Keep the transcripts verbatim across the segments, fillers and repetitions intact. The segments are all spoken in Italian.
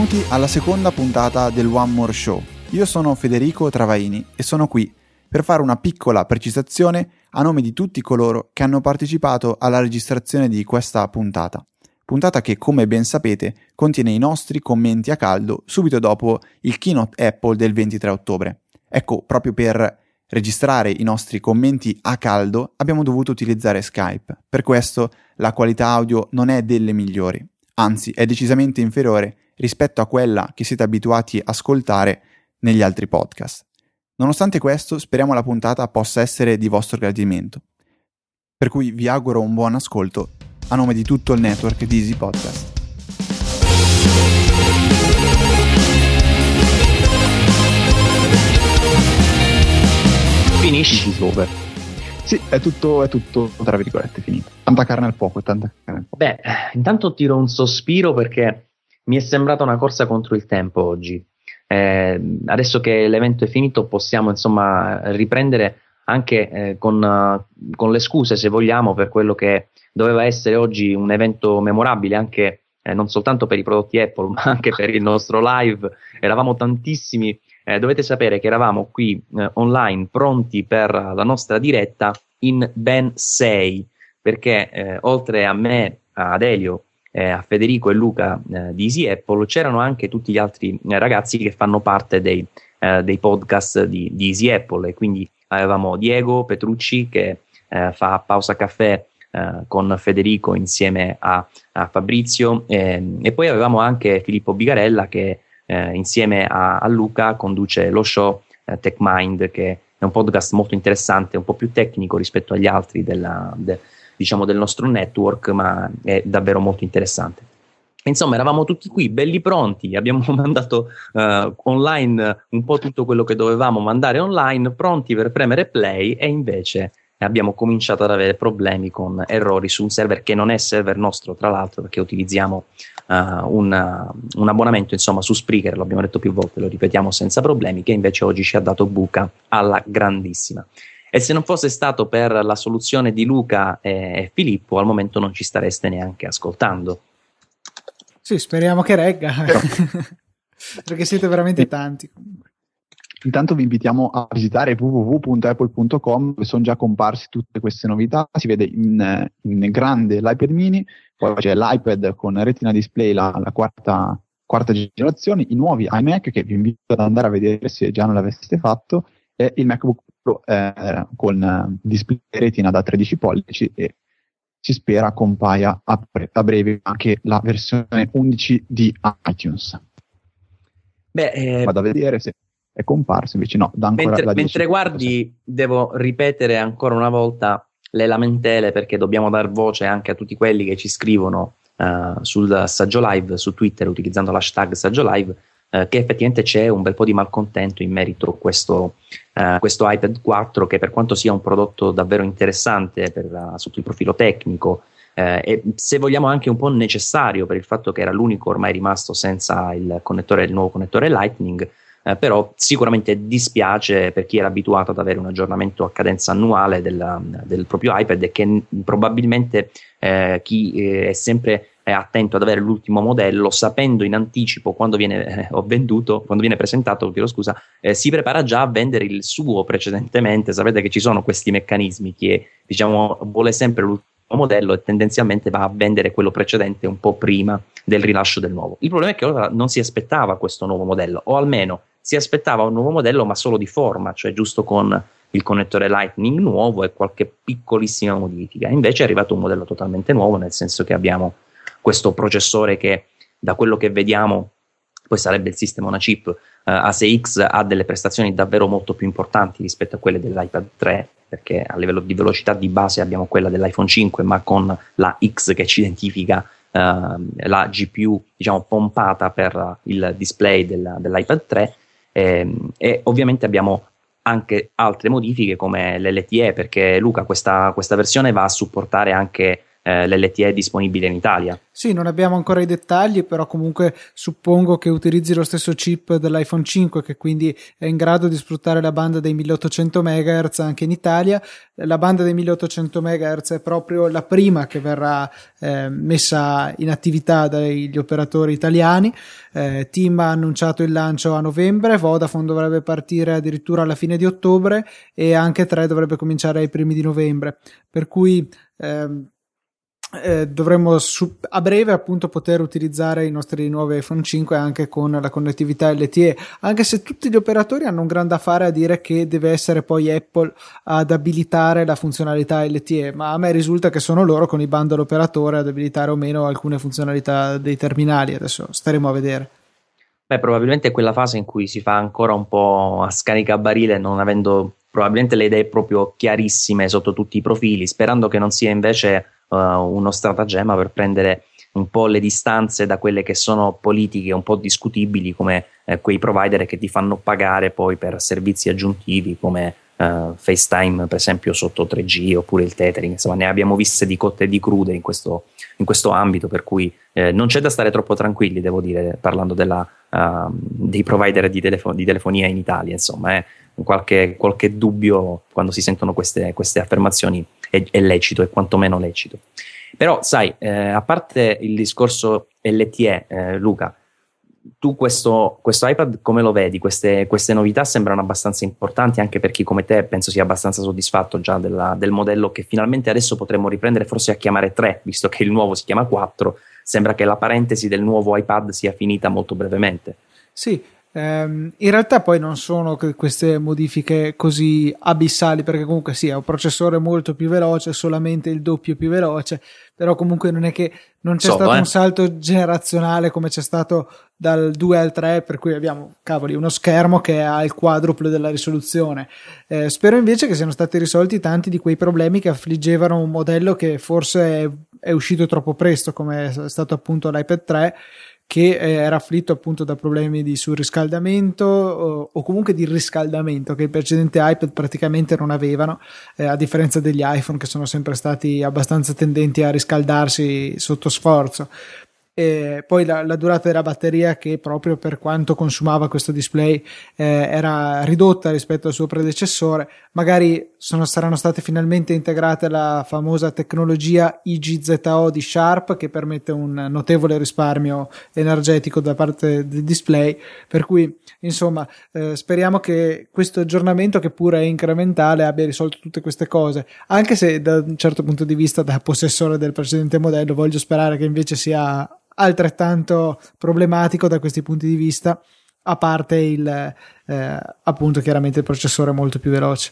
Benvenuti alla seconda puntata del One More Show. Io sono Federico Travaini e sono qui per fare una piccola precisazione a nome di tutti coloro che hanno partecipato alla registrazione di questa puntata. Puntata che, come ben sapete, contiene i nostri commenti a caldo subito dopo il keynote Apple del ventitré ottobre. Ecco, proprio per registrare i nostri commenti a caldo abbiamo dovuto utilizzare Skype. Per questo la qualità audio non è delle migliori, anzi è decisamente inferiore rispetto a quella che siete abituati a ascoltare negli altri podcast. Nonostante questo, speriamo la puntata possa essere di vostro gradimento. Per cui vi auguro un buon ascolto a nome di tutto il network di Easy Podcast. Finisci over. Sì, è tutto, è tutto tra virgolette finito. Tanta carne al fuoco, tanta carne al fuoco. Beh, intanto tiro un sospiro perché mi è sembrata una corsa contro il tempo oggi. Eh, adesso che l'evento è finito possiamo insomma riprendere anche eh, con, uh, con le scuse, se vogliamo, per quello che doveva essere oggi un evento memorabile anche eh, non soltanto per i prodotti Apple ma anche per il nostro live. Eravamo tantissimi. Eh, dovete sapere che eravamo qui eh, online pronti per la nostra diretta in ben sei, perché eh, oltre a me, ad Elio, eh, a Federico e Luca eh, di Easy Apple, c'erano anche tutti gli altri eh, ragazzi che fanno parte dei, eh, dei podcast di, di Easy Apple, e quindi avevamo Diego Petrucci che eh, fa Pausa Caffè eh, con Federico insieme a, a Fabrizio, eh, e poi avevamo anche Filippo Bigarella che Eh, insieme a, a Luca conduce lo show eh, TechMind, che è un podcast molto interessante, un po' più tecnico rispetto agli altri della, de, diciamo del nostro network, ma è davvero molto interessante. Insomma, eravamo tutti qui belli pronti, abbiamo mandato uh, online un po' tutto quello che dovevamo mandare online, pronti per premere play, e invece abbiamo cominciato ad avere problemi con errori su un server che non è server nostro, tra l'altro, perché utilizziamo uh, un, un abbonamento insomma su Spreaker, lo abbiamo detto più volte, lo ripetiamo senza problemi, che invece oggi ci ha dato buca alla grandissima. E se non fosse stato per la soluzione di Luca e, e Filippo, al momento non ci stareste neanche ascoltando. Sì, speriamo che regga, perché siete veramente tanti. Intanto vi invitiamo a visitare w w w punto apple punto com, dove sono già comparse tutte queste novità. Si vede in, in grande l'iPad mini, poi c'è l'iPad con Retina Display, la, la quarta, quarta generazione, i nuovi iMac che vi invito ad andare a vedere se già non l'aveste fatto, e il MacBook Pro eh, con display Retina da tredici pollici, e si spera compaia a, pre- a breve anche la versione undici di iTunes. Beh, eh... vado a vedere se è comparso, invece no, da ancora mentre, la mentre guardi, devo ripetere ancora una volta le lamentele, perché dobbiamo dar voce anche a tutti quelli che ci scrivono uh, sul Saggio Live su Twitter utilizzando l'hashtag Saggio Live, uh, che effettivamente c'è un bel po' di malcontento in merito a questo, uh, questo iPad quattro, che per quanto sia un prodotto davvero interessante per, uh, sotto il profilo tecnico, uh, e se vogliamo anche un po' necessario per il fatto che era l'unico ormai rimasto senza il connettore, il nuovo connettore Lightning, Eh, però sicuramente dispiace per chi era abituato ad avere un aggiornamento a cadenza annuale della, del proprio iPad, e che n- probabilmente eh, chi eh, è sempre eh, attento ad avere l'ultimo modello, sapendo in anticipo quando viene eh, o venduto, quando viene presentato, chiedo scusa, eh, si prepara già a vendere il suo precedentemente. Sapete che ci sono questi meccanismi, che diciamo vuole sempre l'ultimo modello e tendenzialmente va a vendere quello precedente un po' prima del rilascio del nuovo. Il problema è che ora non si aspettava questo nuovo modello, o almeno si aspettava un nuovo modello ma solo di forma, cioè giusto con il connettore Lightning nuovo e qualche piccolissima modifica. Invece è arrivato un modello totalmente nuovo, nel senso che abbiamo questo processore che, da quello che vediamo, poi sarebbe il sistema on a chip uh, A sei X, ha delle prestazioni davvero molto più importanti rispetto a quelle dell'iPad tre, perché a livello di velocità di base abbiamo quella dell'iPhone cinque, ma con la X che ci identifica uh, la G P U, diciamo, pompata per uh, il display del, dell'iPad tre, e, e ovviamente abbiamo anche altre modifiche come l'L T E, perché Luca questa, questa versione va a supportare anche eh, l'L T E disponibile in Italia. Sì, non abbiamo ancora i dettagli, però comunque suppongo che utilizzi lo stesso chip dell'iPhone cinque, che quindi è in grado di sfruttare la banda dei milleottocento megahertz anche in Italia. La banda dei milleottocento megahertz è proprio la prima che verrà eh, messa in attività dagli operatori italiani. Eh, TIM ha annunciato il lancio a novembre, Vodafone dovrebbe partire addirittura alla fine di ottobre e anche tre dovrebbe cominciare ai primi di novembre, per cui ehm, Eh, dovremmo su- a breve appunto poter utilizzare i nostri nuovi iPhone cinque anche con la connettività L T E, anche se tutti gli operatori hanno un gran affare a dire che deve essere poi Apple ad abilitare la funzionalità L T E, ma a me risulta che sono loro con i bundle operatore ad abilitare o meno alcune funzionalità dei terminali. Adesso staremo a vedere. Beh, probabilmente è quella fase in cui si fa ancora un po' a scaricabarile, non avendo probabilmente le idee proprio chiarissime sotto tutti i profili, sperando che non sia invece uh, uno stratagemma per prendere un po' le distanze da quelle che sono politiche un po' discutibili, come eh, quei provider che ti fanno pagare poi per servizi aggiuntivi come uh, FaceTime per esempio sotto tre G, oppure il tethering. Insomma, ne abbiamo viste di cotte e di crude in questo, in questo ambito, per cui eh, non c'è da stare troppo tranquilli, devo dire, parlando della, uh, dei provider di, telefo- di telefonia in Italia. Insomma, eh. Qualche, qualche dubbio quando si sentono queste, queste affermazioni è, è lecito, è quantomeno lecito. Però sai, eh, a parte il discorso L T E, eh, Luca, tu questo, questo iPad come lo vedi? Queste, queste novità sembrano abbastanza importanti anche per chi come te penso sia abbastanza soddisfatto già della, del modello che finalmente adesso potremmo riprendere forse a chiamare tre, visto che il nuovo si chiama quattro. Sembra che la parentesi del nuovo iPad sia finita molto brevemente. Sì, ehm, in realtà poi non sono queste modifiche così abissali, perché comunque sì, è un processore molto più veloce, solamente il doppio più veloce, però comunque non è che non c'è Solo, stato eh? un salto generazionale come c'è stato dal due al tre, per cui abbiamo, cavoli, uno schermo che ha il quadruplo della risoluzione. Eh, spero invece che siano stati risolti tanti di quei problemi che affliggevano un modello che forse è, è uscito troppo presto, come è stato appunto l'iPad tre, che eh, era afflitto appunto da problemi di surriscaldamento o, o comunque di riscaldamento che il precedente iPad praticamente non avevano, eh, a differenza degli iPhone che sono sempre stati abbastanza tendenti a riscaldarsi sotto sforzo. E poi la, la durata della batteria, che proprio per quanto consumava questo display eh, era ridotta rispetto al suo predecessore. Magari sono, saranno state finalmente integrate la famosa tecnologia I G Z O di Sharp, che permette un notevole risparmio energetico da parte del display, per cui insomma eh, speriamo che questo aggiornamento, che pure è incrementale, abbia risolto tutte queste cose, anche se da un certo punto di vista, da possessore del precedente modello, voglio sperare che invece sia altrettanto problematico da questi punti di vista, a parte il eh, appunto chiaramente il processore molto più veloce.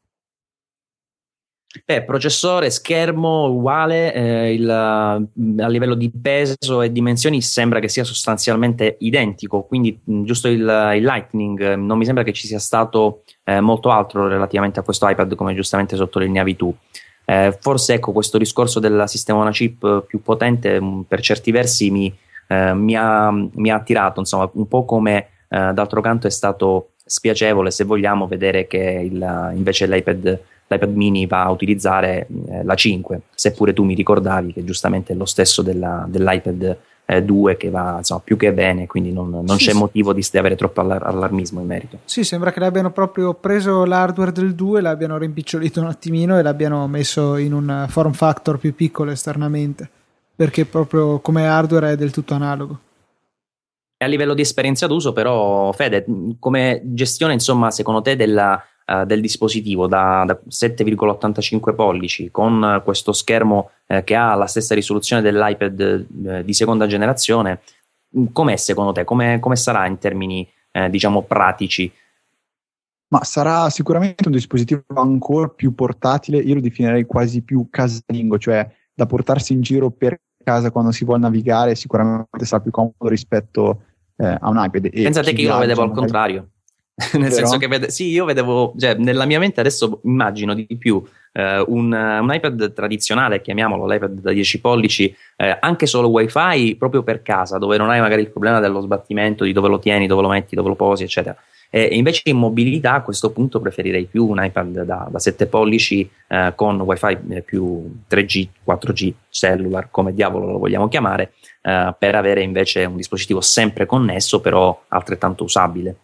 Beh, processore, schermo uguale, eh, il, a livello di peso e dimensioni sembra che sia sostanzialmente identico, quindi mh, giusto il, il Lightning, non mi sembra che ci sia stato eh, molto altro relativamente a questo iPad, come giustamente sottolineavi tu. Eh, forse ecco, questo discorso del sistema una chip più potente mh, per certi versi mi, eh, mi, ha, mi ha attirato, insomma, un po' come eh, d'altro canto è stato spiacevole, se vogliamo, vedere che il, invece l'iPad, l'iPad mini va a utilizzare eh, la cinque, seppure tu mi ricordavi che giustamente è lo stesso della, dell'iPad eh, due, che va insomma più che bene, quindi non, non sì, c'è sì. motivo di avere troppo allar- allarmismo in merito. Sì, sembra che l'abbiano proprio preso l'hardware del due, l'abbiano rimpicciolito un attimino e l'abbiano messo in un form factor più piccolo esternamente, perché proprio come hardware è del tutto analogo. E a livello di esperienza d'uso, però, Fede, come gestione, insomma, secondo te della, uh, del dispositivo da, da sette virgola ottantacinque pollici con uh, questo schermo uh, che ha la stessa risoluzione dell'iPad uh, di seconda generazione, com'è secondo te? Come, come sarà in termini, uh, diciamo, pratici? Ma sarà sicuramente un dispositivo ancora più portatile, io lo definirei quasi più casalingo, cioè da portarsi in giro per casa quando si vuole navigare, sicuramente sarà più comodo rispetto eh, a un iPad. E pensate che io lo vedevo al magari... contrario. Nel Vero? senso che vede- sì, io vedevo, cioè, nella mia mente adesso immagino di più eh, un, un iPad tradizionale, chiamiamolo l'iPad da dieci pollici, eh, anche solo wifi proprio per casa, dove non hai magari il problema dello sbattimento, di dove lo tieni, dove lo metti, dove lo posi, eccetera. E invece in mobilità a questo punto preferirei più un iPad da, da sette pollici eh, con wifi più tre G, quattro G, cellular, come diavolo lo vogliamo chiamare, eh, per avere invece un dispositivo sempre connesso però altrettanto usabile.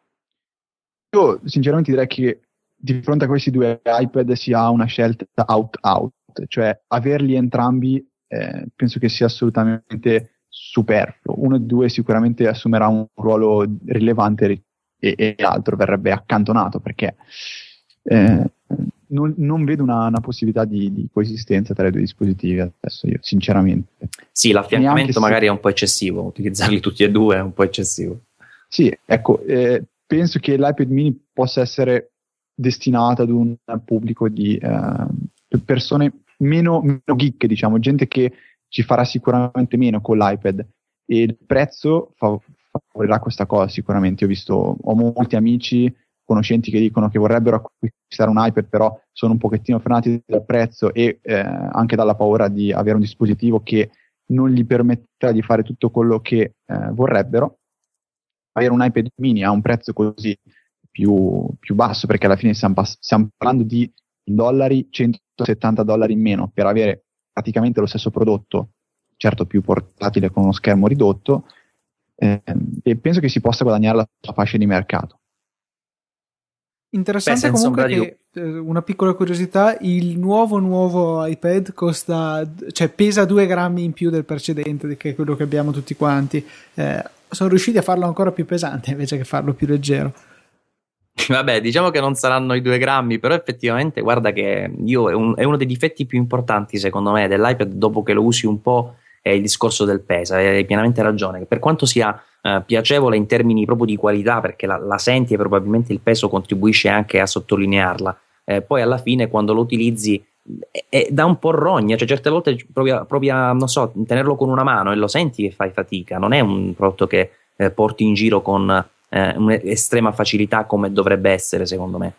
Io sinceramente direi che di fronte a questi due iPad si ha una scelta out-out, cioè averli entrambi eh, penso che sia assolutamente superfluo. Uno dei due sicuramente assumerà un ruolo rilevante e, e l'altro verrebbe accantonato, perché eh, non, non vedo una, una possibilità di, di coesistenza tra i due dispositivi adesso, io sinceramente. Sì, l'affiancamento se... magari è un po' eccessivo, utilizzarli tutti e due è un po' eccessivo. Sì, ecco, eh, penso che l'iPad mini possa essere destinato ad un pubblico di eh, persone meno, meno geek, diciamo, gente che ci farà sicuramente meno con l'iPad, e il prezzo fa, favorirà questa cosa sicuramente. Ho visto, ho molti amici, conoscenti che dicono che vorrebbero acquistare un iPad, però sono un pochettino frenati dal prezzo e eh, anche dalla paura di avere un dispositivo che non gli permetterà di fare tutto quello che eh, vorrebbero. Avere un iPad mini a un prezzo così più, più basso, perché alla fine stiamo, pass- stiamo parlando di dollari, centosettanta dollari in meno per avere praticamente lo stesso prodotto, certo più portatile con uno schermo ridotto, eh, e penso che si possa guadagnare la sua fascia di mercato. Interessante. Beh, comunque che, eh, una piccola curiosità, il nuovo nuovo iPad costa, cioè pesa due grammi in più del precedente, che è quello che abbiamo tutti quanti. Eh, sono riusciti a farlo ancora più pesante invece che farlo più leggero. Vabbè, diciamo che non saranno i due grammi, però effettivamente guarda che io è, un, è uno dei difetti più importanti secondo me dell'iPad, dopo che lo usi un po', è il discorso del peso. Hai pienamente ragione, per quanto sia eh, piacevole in termini proprio di qualità, perché la, la senti e probabilmente il peso contribuisce anche a sottolinearla, eh, poi alla fine quando lo utilizzi è, è, dà un po' rogna, cioè certe volte provi a, provi a, non so, tenerlo con una mano e lo senti che fai fatica, non è un prodotto che eh, porti in giro con Eh, un'estrema facilità come dovrebbe essere secondo me.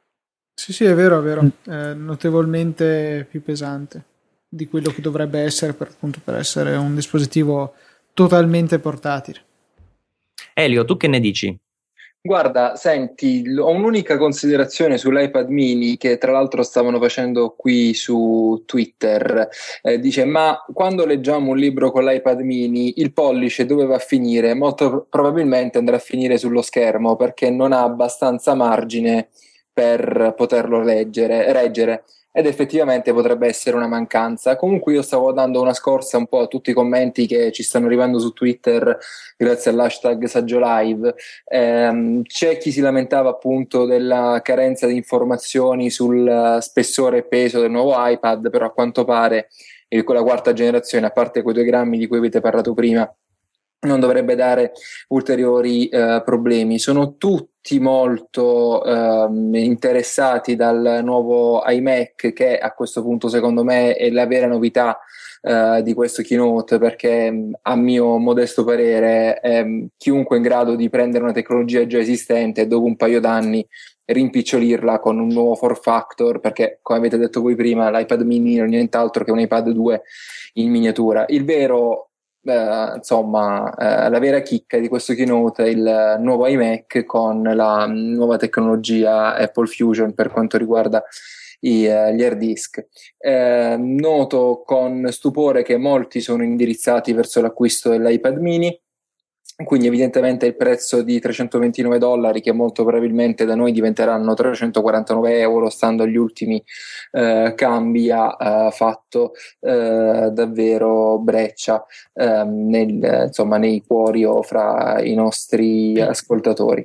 Sì sì, è vero, è vero, è notevolmente più pesante di quello che dovrebbe essere per, appunto, per essere un dispositivo totalmente portatile. Elio, tu che ne dici? Guarda, senti, ho un'unica considerazione sull'iPad mini che tra l'altro stavano facendo qui su Twitter. Eh, dice, ma quando leggiamo un libro con l'iPad mini, il pollice dove va a finire? Molto probabilmente andrà a finire sullo schermo, perché non ha abbastanza margine per poterlo leggere, reggere. Ed effettivamente potrebbe essere una mancanza. Comunque io stavo dando una scorsa un po' a tutti i commenti che ci stanno arrivando su Twitter grazie all'hashtag Saggio Live. Ehm, c'è chi si lamentava appunto della carenza di informazioni sul spessore e peso del nuovo iPad, però a quanto pare eh, con la quarta generazione, a parte quei due grammi di cui avete parlato prima, non dovrebbe dare ulteriori eh, problemi. Sono tutti molto eh, interessati dal nuovo iMac, che a questo punto secondo me è la vera novità eh, di questo keynote, perché a mio modesto parere eh, chiunque in grado di prendere una tecnologia già esistente e dopo un paio d'anni rimpicciolirla con un nuovo form factor, perché come avete detto voi prima l'iPad mini non è nient'altro che un iPad due in miniatura. Il vero Uh, insomma uh, la vera chicca di questo keynote è il nuovo iMac con la nuova tecnologia Apple Fusion per quanto riguarda i, uh, gli hard disk. Uh, noto con stupore che molti sono indirizzati verso l'acquisto dell'iPad mini, quindi evidentemente il prezzo di trecentoventinove dollari, che molto probabilmente da noi diventeranno trecentoquarantanove euro stando agli ultimi eh, cambi, ha eh, fatto eh, davvero breccia eh, nel, insomma, nei cuori o fra i nostri ascoltatori.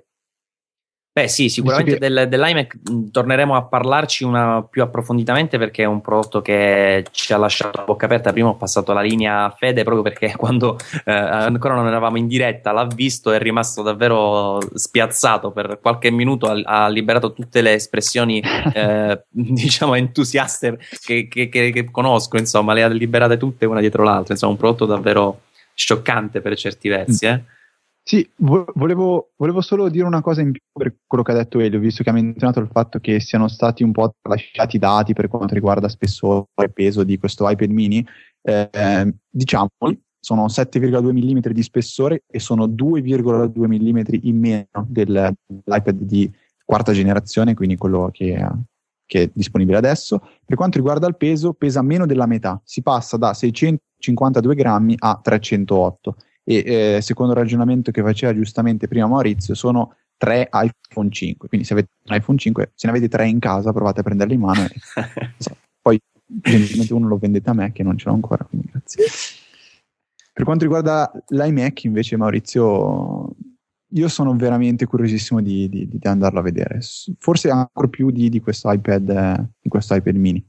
Beh sì, sicuramente che... del, dell'iMac mh, torneremo a parlarci una, più approfonditamente, perché è un prodotto che ci ha lasciato la bocca aperta. Prima ho passato la linea a Fede proprio perché quando eh, ancora non eravamo in diretta l'ha visto e è rimasto davvero spiazzato per qualche minuto, ha, ha liberato tutte le espressioni eh, diciamo entusiaste che, che, che, che conosco, insomma le ha liberate tutte una dietro l'altra, insomma un prodotto davvero scioccante per certi versi eh. Sì, volevo, volevo solo dire una cosa in più per quello che ha detto Elio, visto che ha menzionato il fatto che siano stati un po' tralasciati i dati per quanto riguarda spessore e peso di questo iPad mini. Eh, diciamo, sono sette virgola due millimetri di spessore e sono due virgola due millimetri in meno dell'iPad di quarta generazione, quindi quello che, che è disponibile adesso. Per quanto riguarda il peso, pesa meno della metà, si passa da seicentocinquantadue grammi a trecentootto, e eh, secondo il ragionamento che faceva giustamente prima Maurizio, sono tre iPhone cinque, quindi se avete un iPhone cinque, se ne avete tre in casa, provate a prenderli in mano e, poi evidentemente uno lo vendete a me che non ce l'ho ancora, quindi grazie. Per quanto riguarda l'iMac invece, Maurizio, io sono veramente curiosissimo di, di, di andarlo a vedere, forse ancora più di, di questo iPad eh, di questo iPad mini,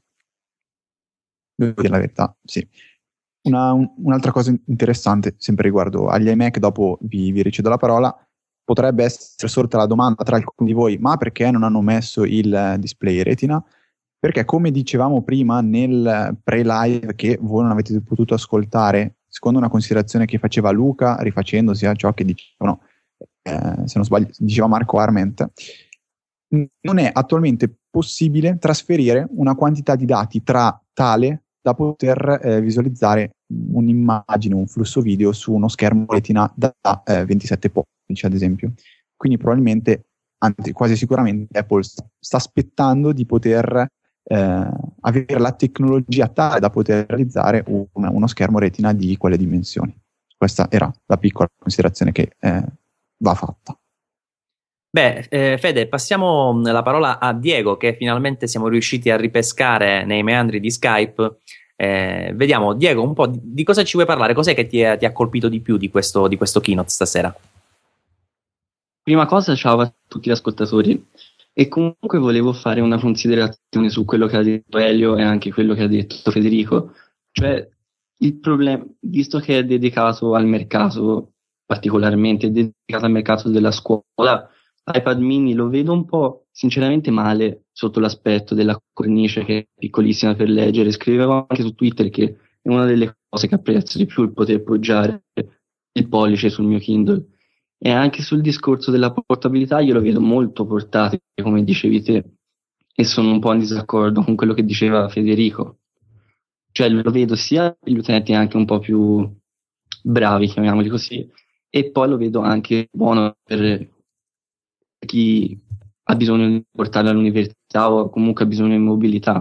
devo dire la verità, sì. Una, un, un'altra cosa interessante sempre riguardo agli iMac, dopo vi, vi ricevo la parola, potrebbe essere sorta la domanda tra alcuni di voi: ma perché non hanno messo il display Retina? Perché, come dicevamo prima nel pre-live che voi non avete potuto ascoltare, secondo una considerazione che faceva Luca, rifacendosi a ciò che dicevano, eh, se non sbaglio, diceva Marco Arment, non è attualmente possibile trasferire una quantità di dati tra tale da poter eh, visualizzare un'immagine, un flusso video su uno schermo Retina da eh, ventisette pollici, ad esempio. Quindi probabilmente, anzi quasi sicuramente, Apple sta aspettando di poter eh, avere la tecnologia tale da poter realizzare un, uno schermo Retina di quelle dimensioni. Questa era la piccola considerazione che eh, va fatta. Beh, eh, Fede, passiamo la parola a Diego, che finalmente siamo riusciti a ripescare nei meandri di Skype. Eh, vediamo, Diego, un po' di, di cosa ci vuoi parlare? Cos'è che ti, è, ti ha colpito di più di questo, di questo keynote stasera? Prima cosa, ciao a tutti gli ascoltatori. E comunque volevo fare una considerazione su quello che ha detto Elio e anche quello che ha detto Federico. Cioè, il problema, visto che è dedicato al mercato, particolarmente dedicato al mercato della scuola, iPad mini lo vedo un po' sinceramente male sotto l'aspetto della cornice, che è piccolissima per leggere. Scrivevo anche su Twitter che è una delle cose che apprezzo di più, il poter poggiare il pollice sul mio Kindle. E anche sul discorso della portabilità io lo vedo molto portatile, come dicevi te, e sono un po' in disaccordo con quello che diceva Federico. Cioè lo vedo sia per gli utenti anche un po' più bravi, chiamiamoli così, e poi lo vedo anche buono per chi ha bisogno di portarlo all'università o comunque ha bisogno di mobilità.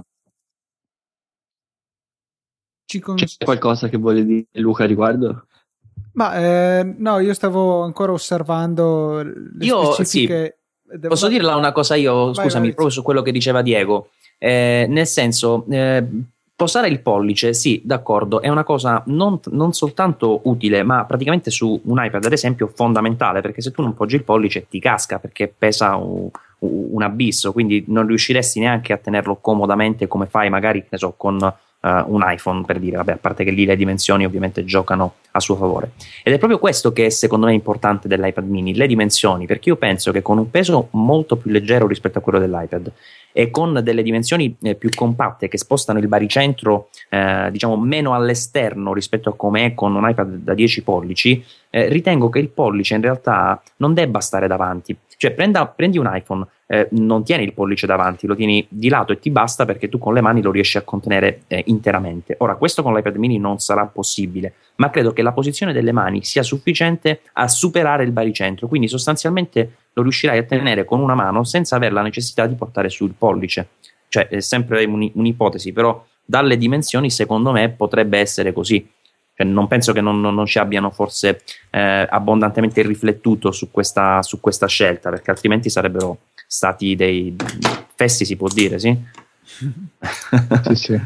Ci con... C'è qualcosa che vuole dire Luca a riguardo? Ma eh, no, io stavo ancora osservando le io, specifiche. Sì. Posso dirla una cosa io, vai, scusami, vai. proprio su quello che diceva Diego. Eh, nel senso, eh, posare il pollice, sì, d'accordo, è una cosa non, non soltanto utile, ma praticamente su un iPad, ad esempio, fondamentale, perché se tu non poggi il pollice ti casca perché pesa un, un abisso, quindi non riusciresti neanche a tenerlo comodamente come fai magari, ne so, con Uh, un iPhone, per dire, vabbè, a parte che lì le dimensioni ovviamente giocano a suo favore. Ed è proprio questo che secondo me è importante dell'iPad mini, le dimensioni, perché io penso che con un peso molto più leggero rispetto a quello dell'iPad e con delle dimensioni eh, più compatte che spostano il baricentro eh, diciamo meno all'esterno rispetto a come è con un iPad da dieci pollici, eh, ritengo che il pollice in realtà non debba stare davanti. Cioè prenda, prendi un iPhone, eh, non tieni il pollice davanti, lo tieni di lato e ti basta, perché tu con le mani lo riesci a contenere eh, interamente. Ora, questo con l'iPad mini non sarà possibile, ma credo che la posizione delle mani sia sufficiente a superare il baricentro, quindi sostanzialmente lo riuscirai a tenere con una mano senza avere la necessità di portare sul pollice. Cioè è sempre un, un'ipotesi, però dalle dimensioni secondo me potrebbe essere così. Cioè, non penso che non, non ci abbiano forse eh, abbondantemente riflettuto su questa, su questa scelta, perché altrimenti sarebbero stati dei fessi, si può dire, sì? Sì, sì.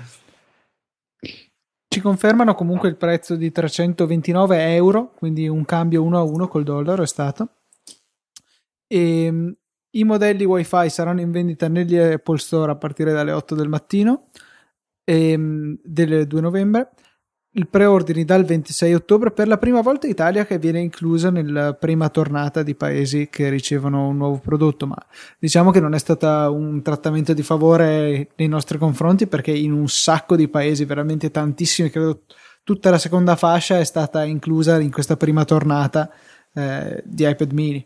Ci confermano comunque il prezzo di trecentoventinove euro, quindi un cambio uno a uno col dollaro è stato. E i modelli Wi-Fi saranno in vendita negli Apple Store a partire dalle otto del mattino e, del due novembre. Il preordini dal ventisei ottobre, per la prima volta Italia che viene inclusa nella prima tornata di paesi che ricevono un nuovo prodotto, ma diciamo che non è stato un trattamento di favore nei nostri confronti, perché in un sacco di paesi, veramente tantissimi, credo tutta la seconda fascia è stata inclusa in questa prima tornata eh, di iPad mini.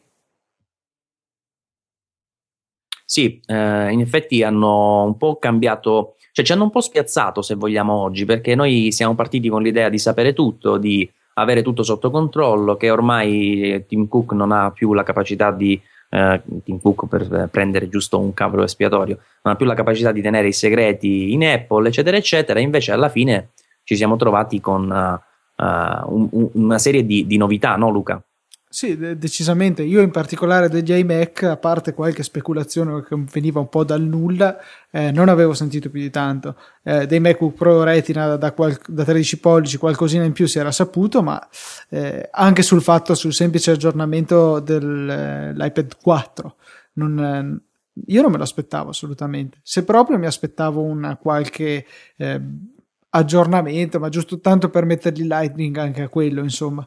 Sì, eh, in effetti hanno un po' cambiato, cioè ci hanno un po' spiazzato, se vogliamo, oggi, perché noi siamo partiti con l'idea di sapere tutto, di avere tutto sotto controllo, che ormai Tim Cook non ha più la capacità di eh, Tim Cook, per prendere giusto un capro espiatorio, non ha più la capacità di tenere i segreti in Apple, eccetera eccetera. Invece alla fine ci siamo trovati con uh, uh, un, un, una serie di, di novità, no Luca? Sì, de- decisamente. Io in particolare degli iMac, a parte qualche speculazione che veniva un po' dal nulla, eh, non avevo sentito più di tanto. Eh, dei MacBook Pro Retina da, qual- da tredici pollici qualcosina in più si era saputo, ma eh, anche sul fatto, sul semplice aggiornamento dell'iPad eh, quattro, non, eh, io non me lo aspettavo assolutamente. Se proprio mi aspettavo una qualche eh, aggiornamento, ma giusto tanto per mettergli Lightning anche a quello, insomma.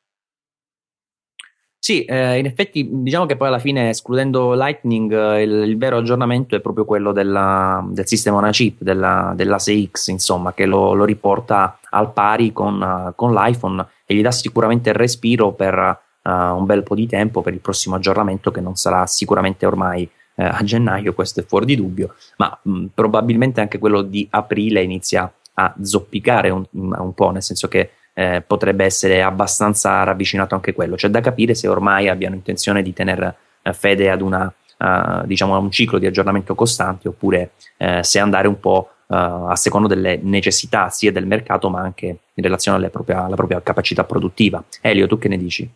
Sì, eh, in effetti diciamo che poi alla fine, escludendo Lightning, eh, il, il vero aggiornamento è proprio quello della, del sistema on a chip, della, dell'A sei X, insomma, che lo, lo riporta al pari con, uh, con l'iPhone e gli dà sicuramente il respiro per uh, un bel po' di tempo per il prossimo aggiornamento, che non sarà sicuramente ormai uh, a gennaio, questo è fuori di dubbio, ma mh, probabilmente anche quello di aprile inizia a zoppicare un, un po', nel senso che Eh, potrebbe essere abbastanza ravvicinato anche quello. C'è da capire se ormai abbiano intenzione di tenere eh, fede ad una uh, diciamo a un ciclo di aggiornamento costante, oppure eh, se andare un po' uh, a secondo delle necessità sia del mercato, ma anche in relazione alle propria, alla propria capacità produttiva. Elio, tu che ne dici?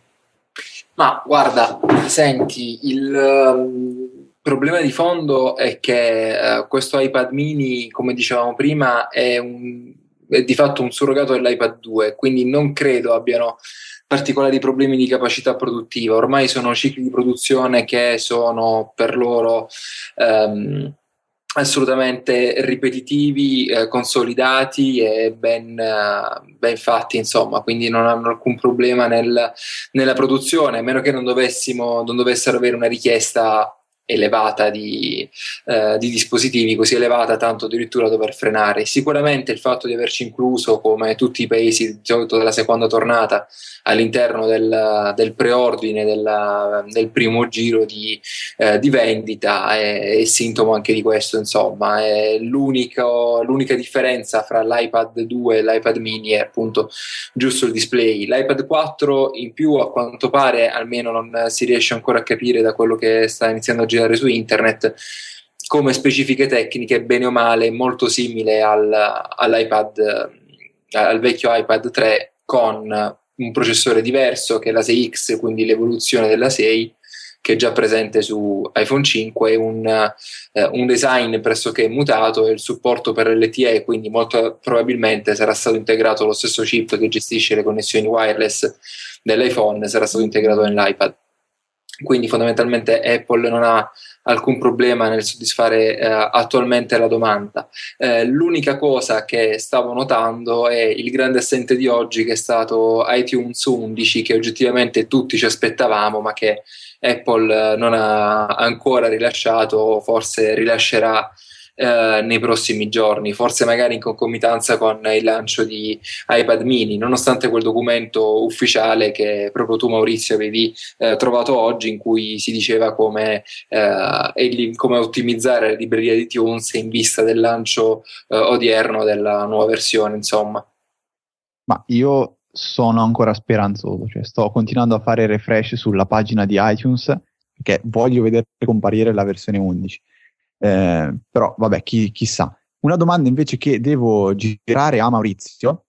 Ma guarda, senti, il um, problema di fondo è che uh, questo iPad mini, come dicevamo prima, è un è di fatto un surrogato dell'iPad due, quindi non credo abbiano particolari problemi di capacità produttiva. Ormai sono cicli di produzione che sono per loro um, assolutamente ripetitivi, eh, consolidati e ben, uh, ben fatti, insomma, quindi non hanno alcun problema nel, nella produzione, a meno che non dovessimo non dovessero avere una richiesta elevata di, eh, di dispositivi, così elevata tanto addirittura da dover frenare. Sicuramente il fatto di averci incluso, come tutti i paesi di solito della seconda tornata, all'interno del, del preordine della, del primo giro di, eh, di vendita è, è sintomo anche di questo, insomma. È l'unico, l'unica differenza fra l'iPad due e l'iPad mini è appunto giusto il display. L'iPad quattro in più, a quanto pare, almeno non si riesce ancora a capire da quello che sta iniziando a girare su internet, come specifiche tecniche, bene o male molto simile al, all'iPad, al vecchio iPad tre, con un processore diverso che è l'A sei X, quindi l'evoluzione dell'A sei, che è già presente su iPhone cinque, un, eh, un design pressoché mutato e il supporto per L T E, quindi molto probabilmente sarà stato integrato lo stesso chip che gestisce le connessioni wireless dell'iPhone, sarà stato integrato nell'iPad. Quindi fondamentalmente Apple non ha alcun problema nel soddisfare eh, attualmente la domanda. Eh, l'unica cosa che stavo notando è il grande assente di oggi, che è stato iTunes undici, che oggettivamente tutti ci aspettavamo, ma che Apple non ha ancora rilasciato, forse rilascerà eh, nei prossimi giorni, forse magari in concomitanza con il lancio di iPad mini, nonostante quel documento ufficiale che proprio tu, Maurizio, avevi eh, trovato oggi, in cui si diceva come, eh, come ottimizzare la libreria di iTunes in vista del lancio eh, odierno della nuova versione, insomma. Ma io sono ancora speranzoso, cioè sto continuando a fare refresh sulla pagina di iTunes perché voglio vedere comparire la versione undici. Eh, però vabbè, chi, chissà. Una domanda invece che devo girare a Maurizio.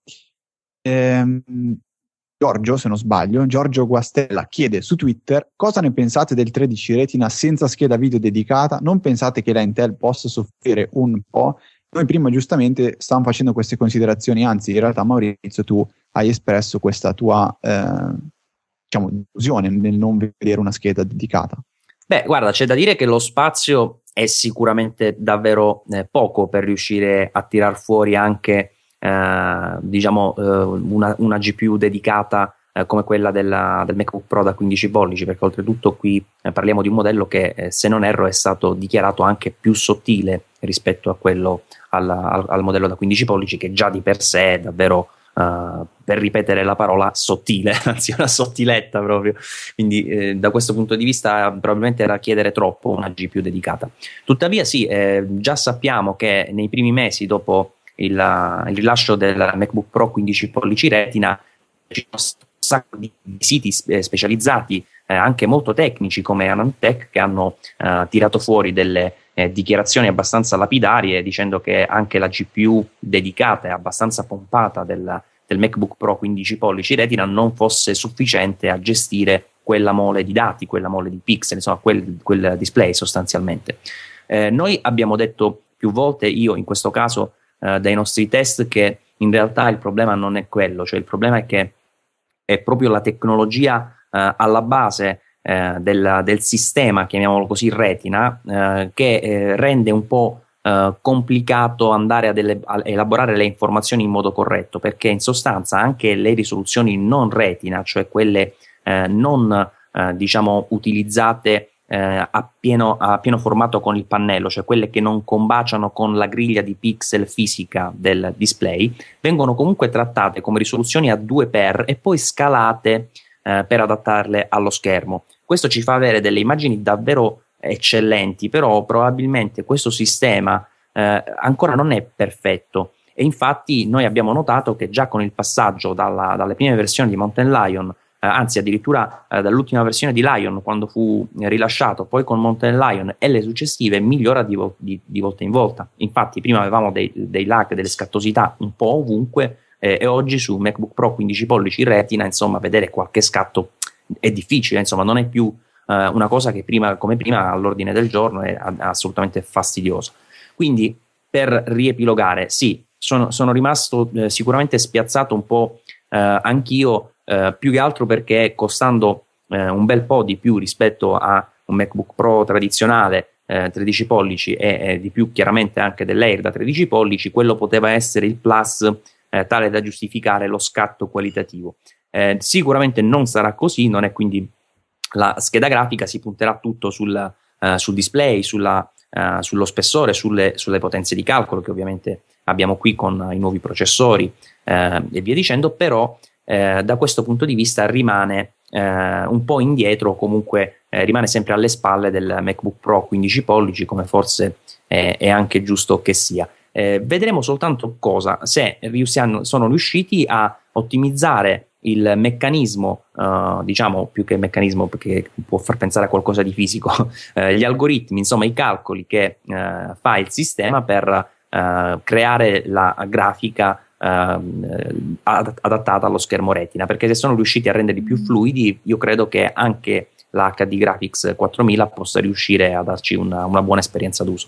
Ehm, Giorgio, se non sbaglio, Giorgio Guastella chiede su Twitter: cosa ne pensate del tredici Retina senza scheda video dedicata? Non pensate che la Intel possa soffrire un po'? Noi prima giustamente stavamo facendo queste considerazioni, anzi in realtà Maurizio tu hai espresso questa tua eh, diciamo delusione nel non vedere una scheda dedicata. Beh, guarda, c'è da dire che lo spazio è sicuramente davvero eh, poco per riuscire a tirar fuori anche eh, diciamo eh, una, una G P U dedicata eh, come quella della, del MacBook Pro da quindici pollici, perché oltretutto qui eh, parliamo di un modello che eh, se non erro è stato dichiarato anche più sottile rispetto a quello al, al, al modello da quindici pollici, che già di per sé è davvero Uh, per ripetere la parola sottile, anzi una sottiletta proprio, quindi eh, da questo punto di vista probabilmente era chiedere troppo una G P U dedicata. Tuttavia sì, eh, già sappiamo che nei primi mesi dopo il, il rilascio del MacBook Pro quindici pollici Retina ci sono un sacco di siti specializzati, eh, anche molto tecnici come Anantech, che hanno eh, tirato fuori delle eh, dichiarazioni abbastanza lapidarie dicendo che anche la G P U dedicata e abbastanza pompata del, del MacBook Pro quindici pollici Retina non fosse sufficiente a gestire quella mole di dati, quella mole di pixel, insomma quel, quel display sostanzialmente. Eh, noi abbiamo detto più volte, io in questo caso eh, dai nostri test, che in realtà il problema non è quello, cioè il problema è che è proprio la tecnologia eh, alla base eh, del, del sistema, chiamiamolo così, Retina, eh, che eh, rende un po' eh, complicato andare ad ele- a elaborare le informazioni in modo corretto, perché in sostanza anche le risoluzioni non Retina, cioè quelle eh, non eh, diciamo utilizzate eh, a, pieno, a pieno formato con il pannello, cioè quelle che non combaciano con la griglia di pixel fisica del display, vengono comunque trattate come risoluzioni a due per e poi scalate eh, per adattarle allo schermo. Questo ci fa avere delle immagini davvero eccellenti, però probabilmente questo sistema eh, ancora non è perfetto, e infatti noi abbiamo notato che già con il passaggio dalla, dalle prime versioni di Mountain Lion, anzi addirittura eh, dall'ultima versione di Lion quando fu rilasciato, poi con Mountain Lion e le successive, migliora di, vo- di, di volta in volta. Infatti prima avevamo dei, dei lag, delle scattosità un po' ovunque, eh, e oggi su MacBook Pro quindici pollici Retina, insomma, vedere qualche scatto è difficile, insomma non è più eh, una cosa che prima, come prima, all'ordine del giorno, è assolutamente fastidiosa. Quindi, per riepilogare, sì, sono, sono rimasto eh, sicuramente spiazzato un po' eh, anch'io, Uh, più che altro perché costando uh, un bel po' di più rispetto a un MacBook Pro tradizionale uh, tredici pollici e, e di più chiaramente anche dell'Air da tredici pollici, quello poteva essere il plus uh, tale da giustificare lo scatto qualitativo. Uh, sicuramente non sarà così, non è quindi la scheda grafica, si punterà tutto sul, uh, sul display, sulla, uh, sullo spessore, sulle, sulle potenze di calcolo che ovviamente abbiamo qui con i nuovi processori uh, e via dicendo, però Eh, da questo punto di vista rimane eh, un po' indietro, comunque eh, rimane sempre alle spalle del MacBook Pro quindici pollici, come forse eh, è anche giusto che sia. Eh, vedremo soltanto cosa, se riusciano, sono riusciti a ottimizzare il meccanismo, eh, diciamo più che meccanismo perché può far pensare a qualcosa di fisico, eh, gli algoritmi, insomma i calcoli che eh, fa il sistema per eh, creare la grafica Uh, adattata allo schermo Retina, perché se sono riusciti a renderli più fluidi, io credo che anche l'H D Graphics quattromila possa riuscire a darci una, una buona esperienza d'uso.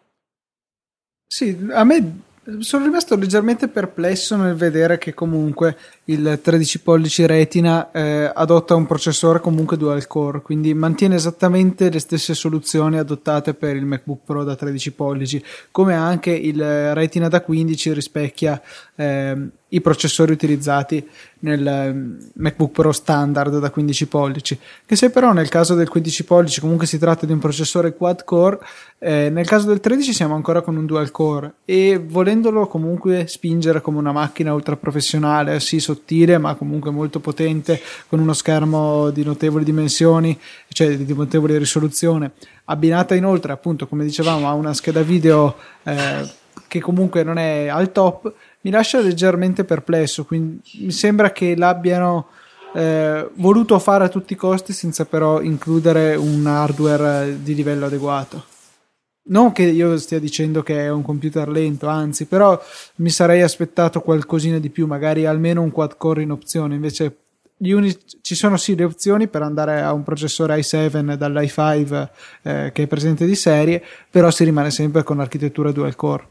Sì, a me sono rimasto leggermente perplesso nel vedere che comunque il tredici pollici Retina eh, adotta un processore comunque dual core, quindi mantiene esattamente le stesse soluzioni adottate per il MacBook Pro da tredici pollici, come anche il Retina da quindici rispecchia eh, i processori utilizzati nel MacBook Pro standard da quindici pollici, che se però nel caso del quindici pollici comunque si tratta di un processore quad core, eh, nel caso del tredici siamo ancora con un dual core, e volendolo comunque spingere come una macchina ultra professionale, sì sottile ma comunque molto potente, con uno schermo di notevoli dimensioni, cioè di notevole risoluzione, abbinata inoltre appunto come dicevamo a una scheda video eh, che comunque non è al top, mi lascia leggermente perplesso. Quindi mi sembra che l'abbiano eh, voluto fare a tutti i costi senza però includere un hardware di livello adeguato. Non che io stia dicendo che è un computer lento, anzi, però mi sarei aspettato qualcosina di più, magari almeno un quad core in opzione. Invece gli unici, ci sono sì le opzioni per andare a un processore i sette dall'i cinque eh, che è presente di serie, però si rimane sempre con l'architettura dual core.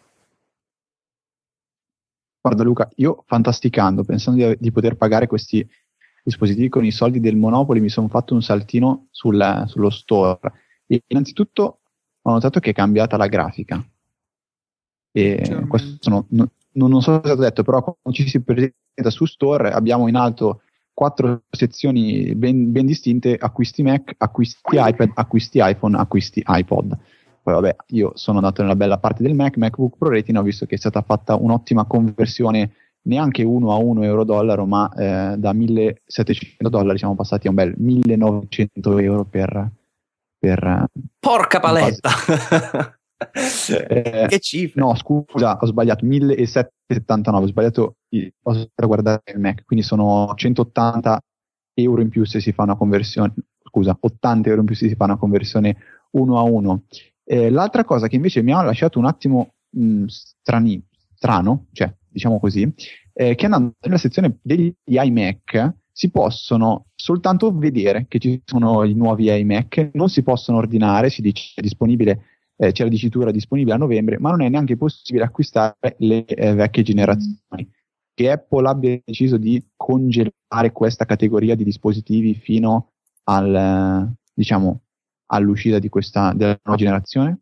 Guarda Luca, io fantasticando, pensando di, di poter pagare questi dispositivi con i soldi del Monopoli, mi sono fatto un saltino sul, sullo store e innanzitutto ho notato che è cambiata la grafica. E questo no, no, non so se è stato detto, però quando ci si presenta su store abbiamo in alto quattro sezioni ben, ben distinte: acquisti Mac, acquisti iPad, acquisti iPhone, acquisti iPod. Poi vabbè, io sono andato nella bella parte del Mac, MacBook Pro Retina, ho visto che è stata fatta un'ottima conversione, neanche uno a uno euro-dollaro, ma eh, da millesettecento dollari siamo passati a un bel millenovecento euro per... per Porca paletta! eh, che cifra? No, scusa, ho sbagliato, millesettecentosettantanove, ho sbagliato, ho sbagliato a guardare il Mac, quindi sono centottanta euro in più se si fa una conversione, scusa, ottanta euro in più se si fa una conversione uno a uno. Eh, l'altra cosa che invece mi ha lasciato un attimo mh, strani, strano, cioè diciamo così, eh, che andando nella sezione degli iMac si possono soltanto vedere che ci sono i nuovi iMac, non si possono ordinare, si dice disponibile, eh, c'è la dicitura disponibile a novembre, ma non è neanche possibile acquistare le eh, vecchie generazioni. Che Apple abbia deciso di congelare questa categoria di dispositivi fino al, diciamo, all'uscita di questa della nuova generazione?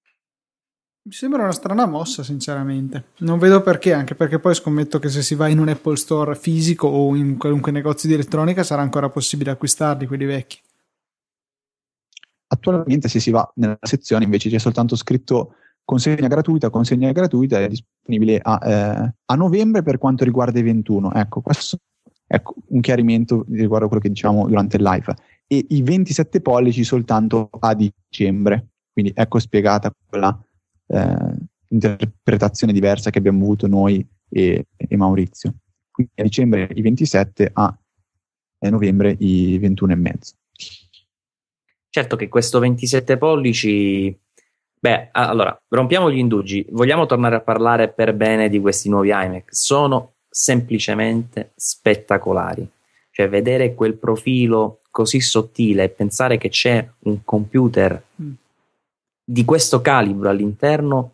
Mi sembra una strana mossa, sinceramente. Non vedo perché, anche perché poi scommetto che se si va in un Apple Store fisico o in qualunque negozio di elettronica sarà ancora possibile acquistarli, quelli vecchi. Attualmente se si va nella sezione invece c'è soltanto scritto consegna gratuita, consegna gratuita, è disponibile a, eh, a novembre per quanto riguarda i ventuno. Ecco, questo è un chiarimento riguardo a quello che diciamo durante il live. E i ventisette pollici soltanto a dicembre. Quindi ecco spiegata quella eh, interpretazione diversa che abbiamo avuto noi e, e Maurizio. Quindi a dicembre i ventisette, a novembre i ventuno e mezzo. Certo che questo ventisette pollici, beh, allora, rompiamo gli indugi, vogliamo tornare a parlare per bene di questi nuovi iMac, sono semplicemente spettacolari, cioè vedere quel profilo così sottile e pensare che c'è un computer mm. di questo calibro all'interno,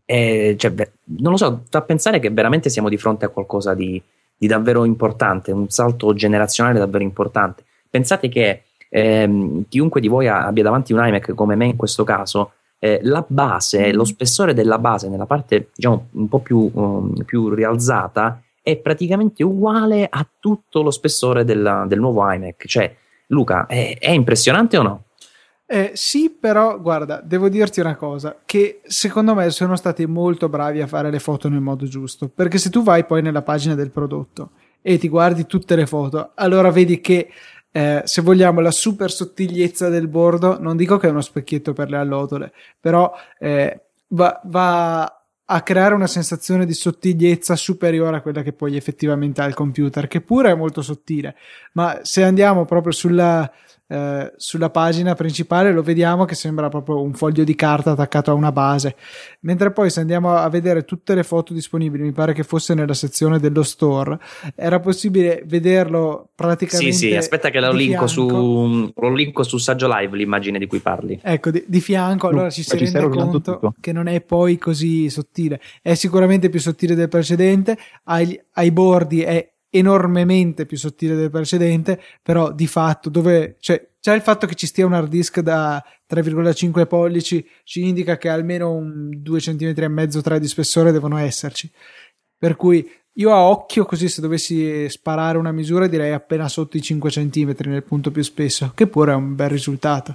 è, cioè, beh, non lo so, fa pensare che veramente siamo di fronte a qualcosa di, di davvero importante, un salto generazionale davvero importante. Pensate che ehm, chiunque di voi abbia davanti un iMac come me in questo caso, eh, la base, mm. lo spessore della base nella parte diciamo un po' più, um, più rialzata è praticamente uguale a tutto lo spessore della, del nuovo iMac. Cioè, Luca, è, è impressionante o no? Eh, sì, però guarda, devo dirti una cosa, che secondo me sono stati molto bravi a fare le foto nel modo giusto, perché se tu vai poi nella pagina del prodotto e ti guardi tutte le foto, allora vedi che eh, se vogliamo la super sottigliezza del bordo, non dico che è uno specchietto per le allodole, però eh, va, va a creare una sensazione di sottigliezza superiore a quella che poi effettivamente ha il computer, che pure è molto sottile, ma se andiamo proprio sulla Eh, sulla pagina principale lo vediamo che sembra proprio un foglio di carta attaccato a una base, mentre poi se andiamo a vedere tutte le foto disponibili, mi pare che fosse nella sezione dello store, era possibile vederlo praticamente. Sì, sì, aspetta che lo linko su, lo linko su Saggio Live, l'immagine di cui parli. Ecco, di, di fianco, allora ci si rende conto tutto. Che non è poi così sottile, è sicuramente più sottile del precedente, ai, ai bordi è enormemente più sottile del precedente, però di fatto dove cioè già il fatto che ci stia un hard disk da tre virgola cinque pollici ci indica che almeno un due centimetri e mezzo, tre di spessore devono esserci, per cui io a occhio così se dovessi sparare una misura direi appena sotto i cinque centimetri nel punto più spesso, che pure è un bel risultato.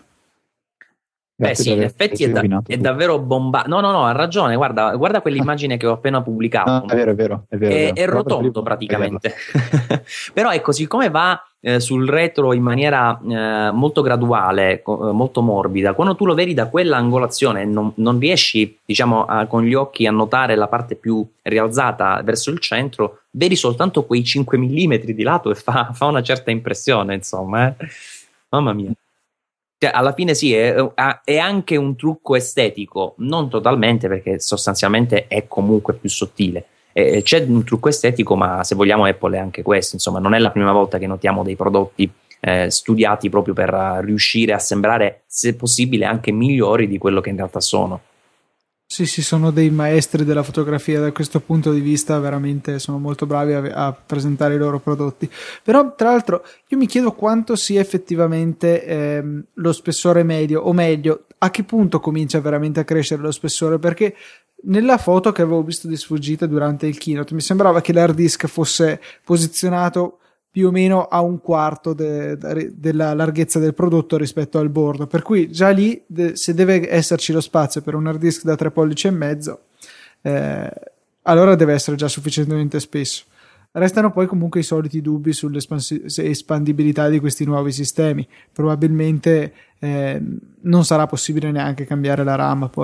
Beh sì, in effetti è, da, è davvero bomba. No, no, no, ha ragione. Guarda, guarda quell'immagine che ho appena pubblicato. No, è vero, è vero. È, vero, è, è, vero. è rotondo praticamente. Però ecco, siccome va eh, sul retro in maniera eh, molto graduale, co- molto morbida, quando tu lo vedi da quell'angolazione non, non riesci, diciamo, a, con gli occhi a notare la parte più rialzata verso il centro, vedi soltanto quei cinque millimetri di lato e fa, fa una certa impressione, insomma. Eh. Mamma mia. Cioè, alla fine sì, è, è anche un trucco estetico, non totalmente perché sostanzialmente è comunque più sottile. Eh, c'è un trucco estetico, ma se vogliamo Apple è anche questo, insomma non è la prima volta che notiamo dei prodotti eh, studiati proprio per riuscire a sembrare, se possibile, anche migliori di quello che in realtà sono. Sì, sì, sono dei maestri della fotografia da questo punto di vista, veramente sono molto bravi a, a presentare i loro prodotti. Però, tra l'altro, io mi chiedo quanto sia effettivamente ehm, lo spessore medio, o meglio, a che punto comincia veramente a crescere lo spessore, perché nella foto che avevo visto di sfuggita durante il keynote mi sembrava che l'hard disk fosse posizionato più o meno a un quarto de, de, della larghezza del prodotto rispetto al bordo, per cui già lì de, se deve esserci lo spazio per un hard disk da tre pollici e mezzo eh, allora deve essere già sufficientemente spesso. Restano poi comunque i soliti dubbi sull'espandibilità di questi nuovi sistemi, probabilmente eh, non sarà possibile neanche cambiare la RAM poi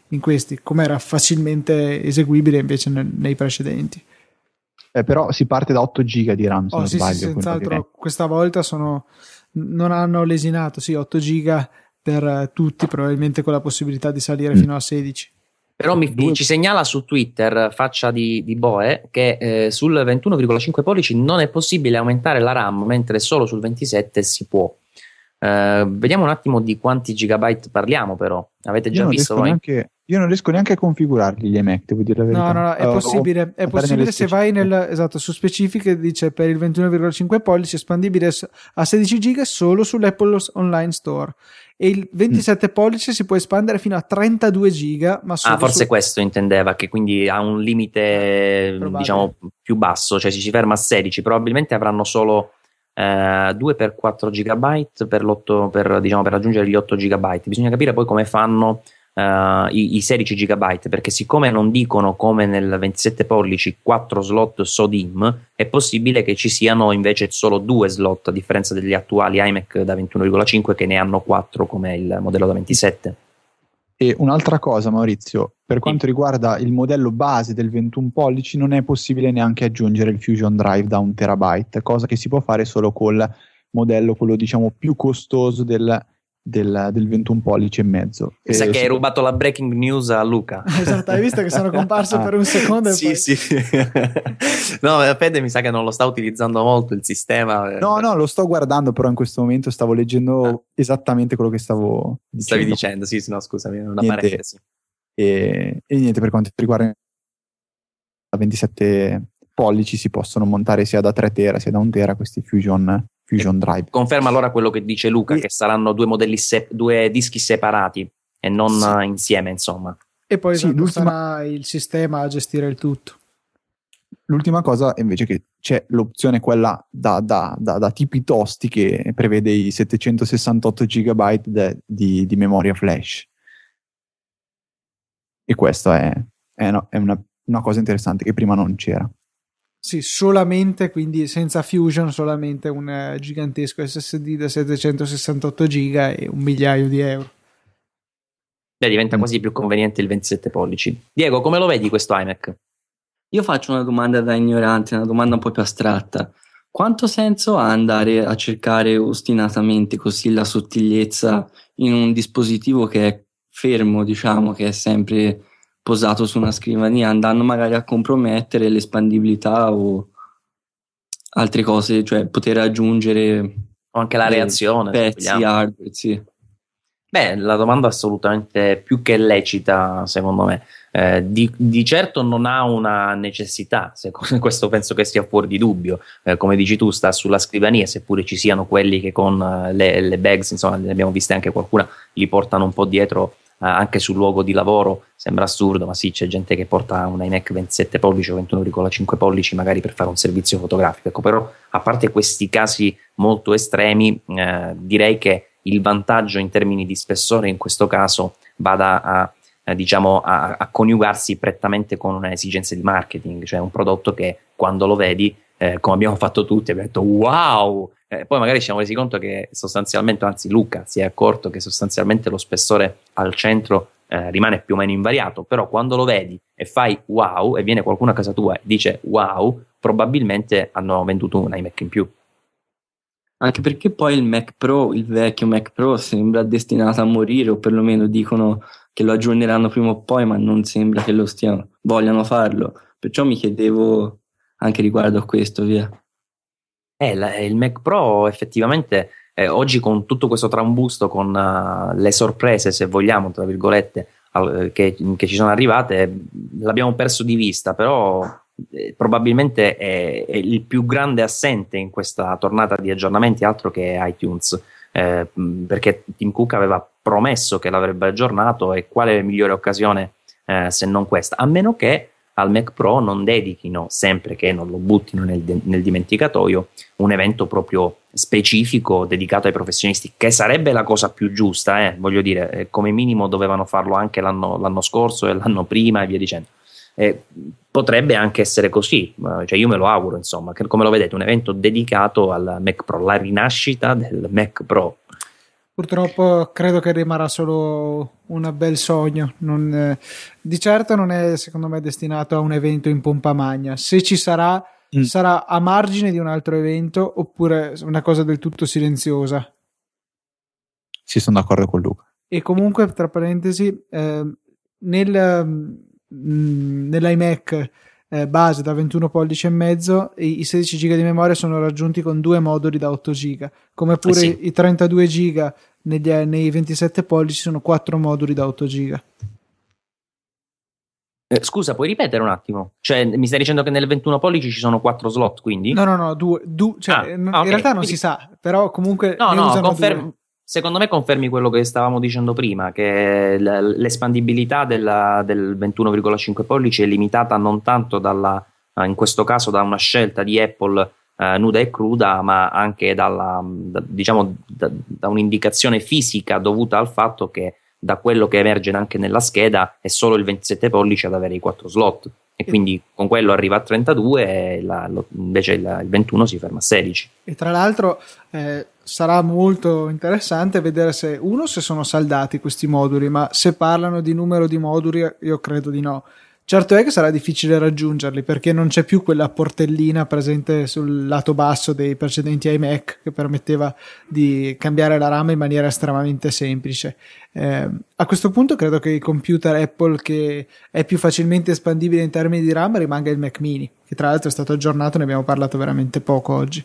in questi, come era facilmente eseguibile invece ne, nei precedenti. Eh, però si parte da otto giga di RAM, se oh, non sì, sbaglio. sì, senz'altro questa volta sono, non hanno lesinato, sì, otto giga per uh, tutti, probabilmente con la possibilità di salire mm. fino a sedici. Però mi, Due... ci segnala su Twitter, faccia di, di Boe, che eh, sul ventuno virgola cinque pollici non è possibile aumentare la RAM, mentre solo sul ventisette si può. Uh, vediamo un attimo di quanti gigabyte parliamo, però. Avete già visto voi? Neanche, io non riesco neanche a configurarli gli iMac, devo dire la verità. No, no, no, è possibile, uh, è possibile se vai nel, esatto, su specifiche dice per il ventuno virgola cinque pollici espandibile a sedici giga solo sull'Apple Online Store, e il ventisette mm. pollici si può espandere fino a trentadue giga, ma solo ah, forse su... questo intendeva, che quindi ha un limite probabile, diciamo più basso, cioè si si ferma a sedici, probabilmente avranno solo Uh, due per quattro gigabyte per, l'otto, per, diciamo, per raggiungere gli otto gigabyte. Bisogna capire poi come fanno uh, i, i sedici gigabyte, perché siccome non dicono come nel ventisette pollici quattro slot S O D I M, è possibile che ci siano invece solo due slot, a differenza degli attuali iMac da ventuno virgola cinque che ne hanno quattro come il modello da ventisette. E un'altra cosa, Maurizio, per quanto sì. riguarda il modello base del ventuno pollici, non è possibile neanche aggiungere il Fusion Drive da un terabyte, cosa che si può fare solo col modello, quello diciamo più costoso del, del, del ventuno pollici e mezzo. Mi sa e che hai rubato la breaking news a Luca. Esatto, hai visto che sono comparso per un secondo e sì, poi... sì. No, Fede mi sa che non lo sta utilizzando molto il sistema. No, no, lo sto guardando, però in questo momento stavo leggendo ah. esattamente quello che stavo dicendo. Stavi dicendo, sì, sì, no, scusami, una niente, parentesi. E, e niente, per quanto riguarda la ventisette pollici si possono montare sia da tre tera sia da un tera questi Fusion Fusion Drive. Conferma allora quello che dice Luca, e... che saranno due modelli se- due dischi separati e non sì. insieme, insomma. E poi sì, sarà il sistema a gestire il tutto. L'ultima cosa è invece che c'è l'opzione quella da, da, da, da tipi tosti, che prevede i settecentosessantotto gigabyte de, di, di memoria flash. E questa è, è, no, è una, una cosa interessante che prima non c'era. Sì, solamente, quindi senza Fusion, solamente un uh, gigantesco S S D da settecentosessantotto giga e un migliaio di euro. Beh, diventa mm. quasi più conveniente il ventisette pollici. Diego, come lo vedi questo iMac? Io faccio una domanda da ignorante, una domanda un po' più astratta. Quanto senso ha andare a cercare ostinatamente così la sottigliezza in un dispositivo che è fermo, diciamo, che è sempre posato su una scrivania, andando magari a compromettere l'espandibilità o altre cose, cioè poter aggiungere o anche la reazione, pezzi hardware, sì. Beh, la domanda è assolutamente più che lecita, secondo me. Eh, di, di certo non ha una necessità, se, questo penso che sia fuori di dubbio. Eh, come dici tu, sta sulla scrivania, seppure ci siano quelli che con uh, le, le bags, insomma, ne abbiamo viste anche qualcuna, li portano un po' dietro uh, anche sul luogo di lavoro. Sembra assurdo, ma sì, c'è gente che porta un iMac ventisette pollici o ventuno virgola cinque pollici magari per fare un servizio fotografico. Ecco, però, a parte questi casi molto estremi, eh, direi che il vantaggio in termini di spessore in questo caso vada a, eh, diciamo, a, a coniugarsi prettamente con esigenze di marketing, cioè un prodotto che quando lo vedi, eh, come abbiamo fatto tutti, abbiamo detto wow, eh, poi magari ci siamo resi conto che sostanzialmente, anzi Luca si è accorto che sostanzialmente lo spessore al centro eh, rimane più o meno invariato, però quando lo vedi e fai wow e viene qualcuno a casa tua e dice wow, probabilmente hanno venduto un iMac in più. Anche perché poi il Mac Pro, il vecchio Mac Pro, sembra destinato a morire, o perlomeno dicono che lo aggiorneranno prima o poi, ma non sembra che lo stiano, vogliano farlo. Perciò mi chiedevo anche riguardo a questo, via. Eh, la, il Mac Pro effettivamente eh, oggi con tutto questo trambusto, con uh, le sorprese, se vogliamo, tra virgolette, al, che, che ci sono arrivate, l'abbiamo perso di vista, però... Eh, probabilmente è, è il più grande assente in questa tornata di aggiornamenti, altro che iTunes, eh, perché Tim Cook aveva promesso che l'avrebbe aggiornato, e quale migliore occasione eh, se non questa, a meno che al Mac Pro non dedichino, sempre che non lo buttino nel, nel dimenticatoio, un evento proprio specifico dedicato ai professionisti, che sarebbe la cosa più giusta, eh, voglio dire, eh, come minimo dovevano farlo anche l'anno, l'anno scorso e l'anno prima e via dicendo. Eh, potrebbe anche essere così, cioè io me lo auguro, insomma, che come lo vedete un evento dedicato al Mac Pro, la rinascita del Mac Pro. Purtroppo credo che rimarrà solo un bel sogno. Non, eh, di certo non è, secondo me, destinato a un evento in pompa magna. Se ci sarà, mm. sarà a margine di un altro evento oppure una cosa del tutto silenziosa. Sì, sono d'accordo con Luca. E comunque, tra parentesi, eh, nel, mh, nell'iMac eh, base da ventuno pollici e mezzo i, i sedici giga di memoria sono raggiunti con due moduli da otto giga, come pure eh sì. i trentadue giga negli, nei ventisette pollici sono quattro moduli da otto giga. Eh, scusa, puoi ripetere un attimo? Cioè, mi stai dicendo che nel ventuno pollici ci sono quattro slot, quindi? No, no, no, due, due cioè, ah, in okay. realtà non quindi... si sa, però comunque no, ne no, usano confermi, due. Secondo me confermi quello che stavamo dicendo prima, che l'espandibilità della, del ventuno virgola cinque pollici è limitata non tanto dalla, in questo caso da una scelta di Apple eh, nuda e cruda, ma anche dalla, da, diciamo, da, da un'indicazione fisica dovuta al fatto che da quello che emerge anche nella scheda è solo il ventisette pollici ad avere i quattro slot, e quindi con quello arriva a trentadue e la, lo, invece il, il ventuno si ferma a sedici. E tra l'altro eh, sarà molto interessante vedere se uno se sono saldati questi moduli, ma se parlano di numero di moduli io credo di no. Certo è che sarà difficile raggiungerli perché non c'è più quella portellina presente sul lato basso dei precedenti iMac che permetteva di cambiare la RAM in maniera estremamente semplice. Eh, a questo punto credo che il computer Apple che è più facilmente espandibile in termini di RAM rimanga il Mac Mini, che tra l'altro è stato aggiornato, ne abbiamo parlato veramente poco oggi.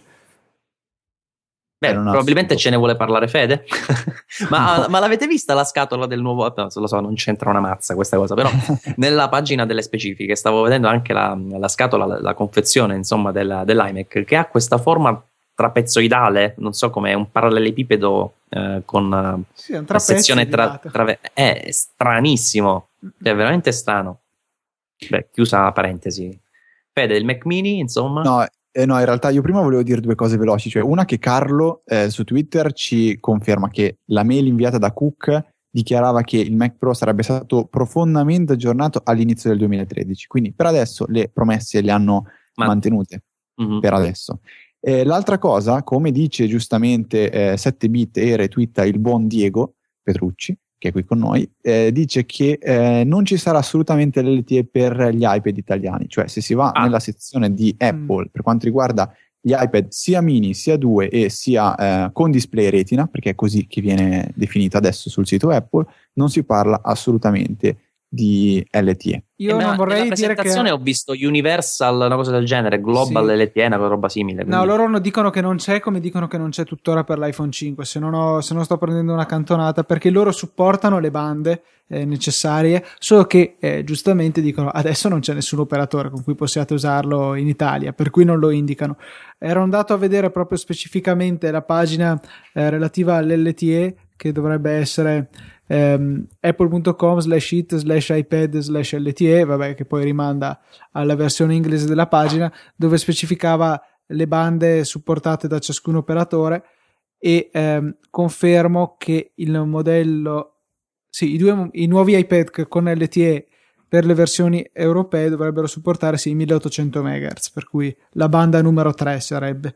Beh, probabilmente ce ne vuole parlare Fede. ma, ma l'avete vista la scatola del nuovo? No, lo so, non c'entra una mazza questa cosa, però nella pagina delle specifiche stavo vedendo anche la, la scatola, la, la confezione, insomma, della, dell'iMac, che ha questa forma trapezoidale, non so come, un parallelepipedo eh, con sì, un una sezione tra, tra, è stranissimo, è veramente strano. Beh, chiusa la parentesi. Fede, il Mac Mini, insomma? No, Eh no, in realtà io prima volevo dire due cose veloci, cioè una che Carlo eh, su Twitter ci conferma che la mail inviata da Cook dichiarava che il Mac Pro sarebbe stato profondamente aggiornato all'inizio del duemilatredici, quindi per adesso le promesse le hanno Ma... mantenute, mm-hmm. per adesso. Eh, l'altra cosa, come dice giustamente eh, sette bit e retweeta il buon Diego Petrucci, che è qui con noi, eh, dice che eh, non ci sarà assolutamente l'L T E per gli iPad italiani, cioè se si va ah. nella sezione di Apple mm. per quanto riguarda gli iPad sia mini sia due e sia eh, con display retina, perché è così che viene definito adesso sul sito Apple, non si parla assolutamente di L T E. Io non vorrei nella dire presentazione che ho visto Universal, una cosa del genere, Global sì. L T E, una roba simile. Quindi... No, loro non dicono che non c'è, come dicono che non c'è tuttora per l'iPhone cinque, se non, ho, se non sto prendendo una cantonata, perché loro supportano le bande eh, necessarie, solo che eh, giustamente dicono adesso non c'è nessun operatore con cui possiate usarlo in Italia, per cui non lo indicano. Ero andato a vedere proprio specificamente la pagina eh, relativa all'L T E, che dovrebbe essere Um, apple.com slash it slash iPad slash L T E, vabbè, che poi rimanda alla versione inglese della pagina dove specificava le bande supportate da ciascun operatore e um, confermo che il modello sì, i, due, i nuovi iPad con L T E per le versioni europee dovrebbero supportare sì, milleottocento megahertz, per cui la banda numero tre sarebbe,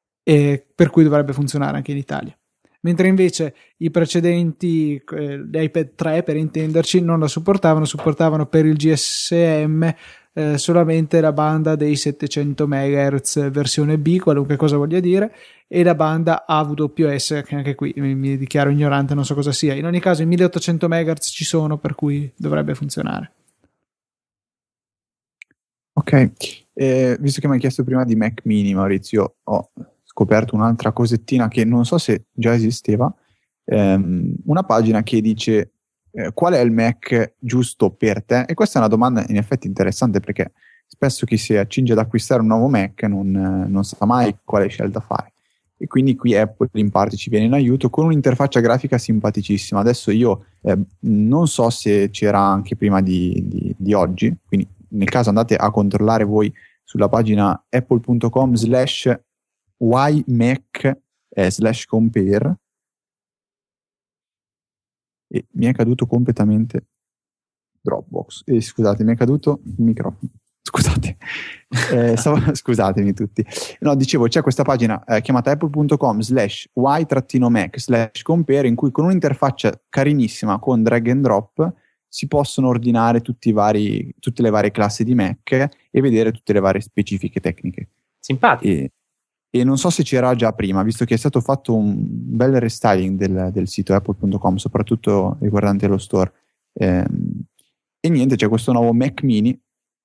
e per cui dovrebbe funzionare anche in Italia. Mentre invece i precedenti, eh, l'iPad tre per intenderci, non la supportavano, supportavano per il G S M eh, solamente la banda dei settecento megahertz versione B, qualunque cosa voglia dire, e la banda A W S, che anche qui mi, mi dichiaro ignorante, non so cosa sia. In ogni caso i milleottocento megahertz ci sono, per cui dovrebbe funzionare. Ok, eh, visto che mi hai chiesto prima di Mac Mini, Maurizio, ho scoperto un'altra cosettina che non so se già esisteva, ehm, una pagina che dice eh, qual è il Mac giusto per te, e questa è una domanda in effetti interessante perché spesso chi si accinge ad acquistare un nuovo Mac non, eh, non sa mai quale scelta fare, e quindi qui Apple in parte ci viene in aiuto con un'interfaccia grafica simpaticissima. Adesso io eh, non so se c'era anche prima di, di, di oggi, quindi nel caso andate a controllare voi sulla pagina apple.com slash ymac eh, slash compare, e mi è caduto completamente Dropbox, e scusate, mi è caduto il microfono, scusate, eh, stavo, scusatemi tutti. No, dicevo, c'è questa pagina eh, chiamata apple.com slash y-mac slash compare, in cui con un'interfaccia carinissima con drag and drop si possono ordinare tutti i vari, tutte le varie classi di Mac e vedere tutte le varie specifiche tecniche. Simpatico. E, e non so se c'era già prima, visto che è stato fatto un bel restyling del, del sito apple punto com, soprattutto riguardante lo store. Eh, e niente, c'è questo nuovo Mac mini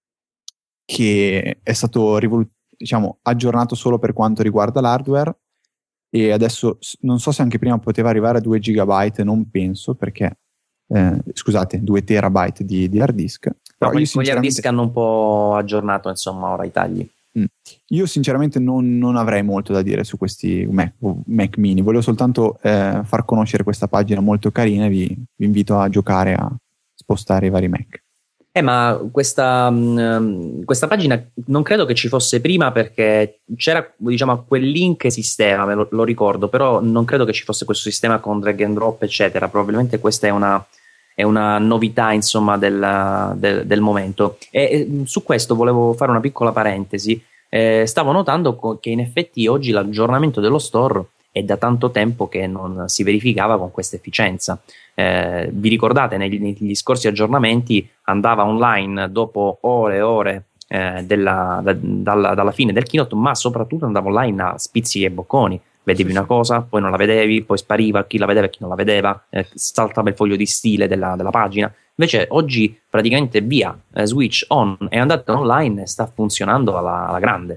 che è stato rivolu- diciamo, aggiornato solo per quanto riguarda l'hardware, e adesso non so se anche prima poteva arrivare a due gigabyte, non penso, perché eh, scusate, due terabyte di, di hard disk. Però io gli sinceramente... hard disk hanno un po' aggiornato, insomma, ora i tagli. Mm. Io sinceramente non, non avrei molto da dire su questi Mac, Mac mini, volevo soltanto eh, far conoscere questa pagina molto carina e vi, vi invito a giocare, a spostare i vari Mac. Eh, ma questa, mh, questa pagina non credo che ci fosse prima, perché c'era, diciamo, quel link esisteva, me lo, lo ricordo, però non credo che ci fosse questo sistema con drag and drop, eccetera. Probabilmente questa è una, è una novità, insomma, del, del, del momento. E, e su questo volevo fare una piccola parentesi. Eh, stavo notando co- che in effetti oggi l'aggiornamento dello store è da tanto tempo che non si verificava con questa efficienza. Eh, vi ricordate, negli, negli scorsi aggiornamenti andava online dopo ore e ore eh, della, da, dalla, dalla fine del keynote, ma soprattutto andava online a spizzichi e bocconi. Vedevi una cosa, poi non la vedevi, poi spariva chi la vedeva e chi non la vedeva, eh, saltava il foglio di stile della, della pagina. Invece oggi praticamente via, eh, switch on, è andato online e sta funzionando alla, alla grande.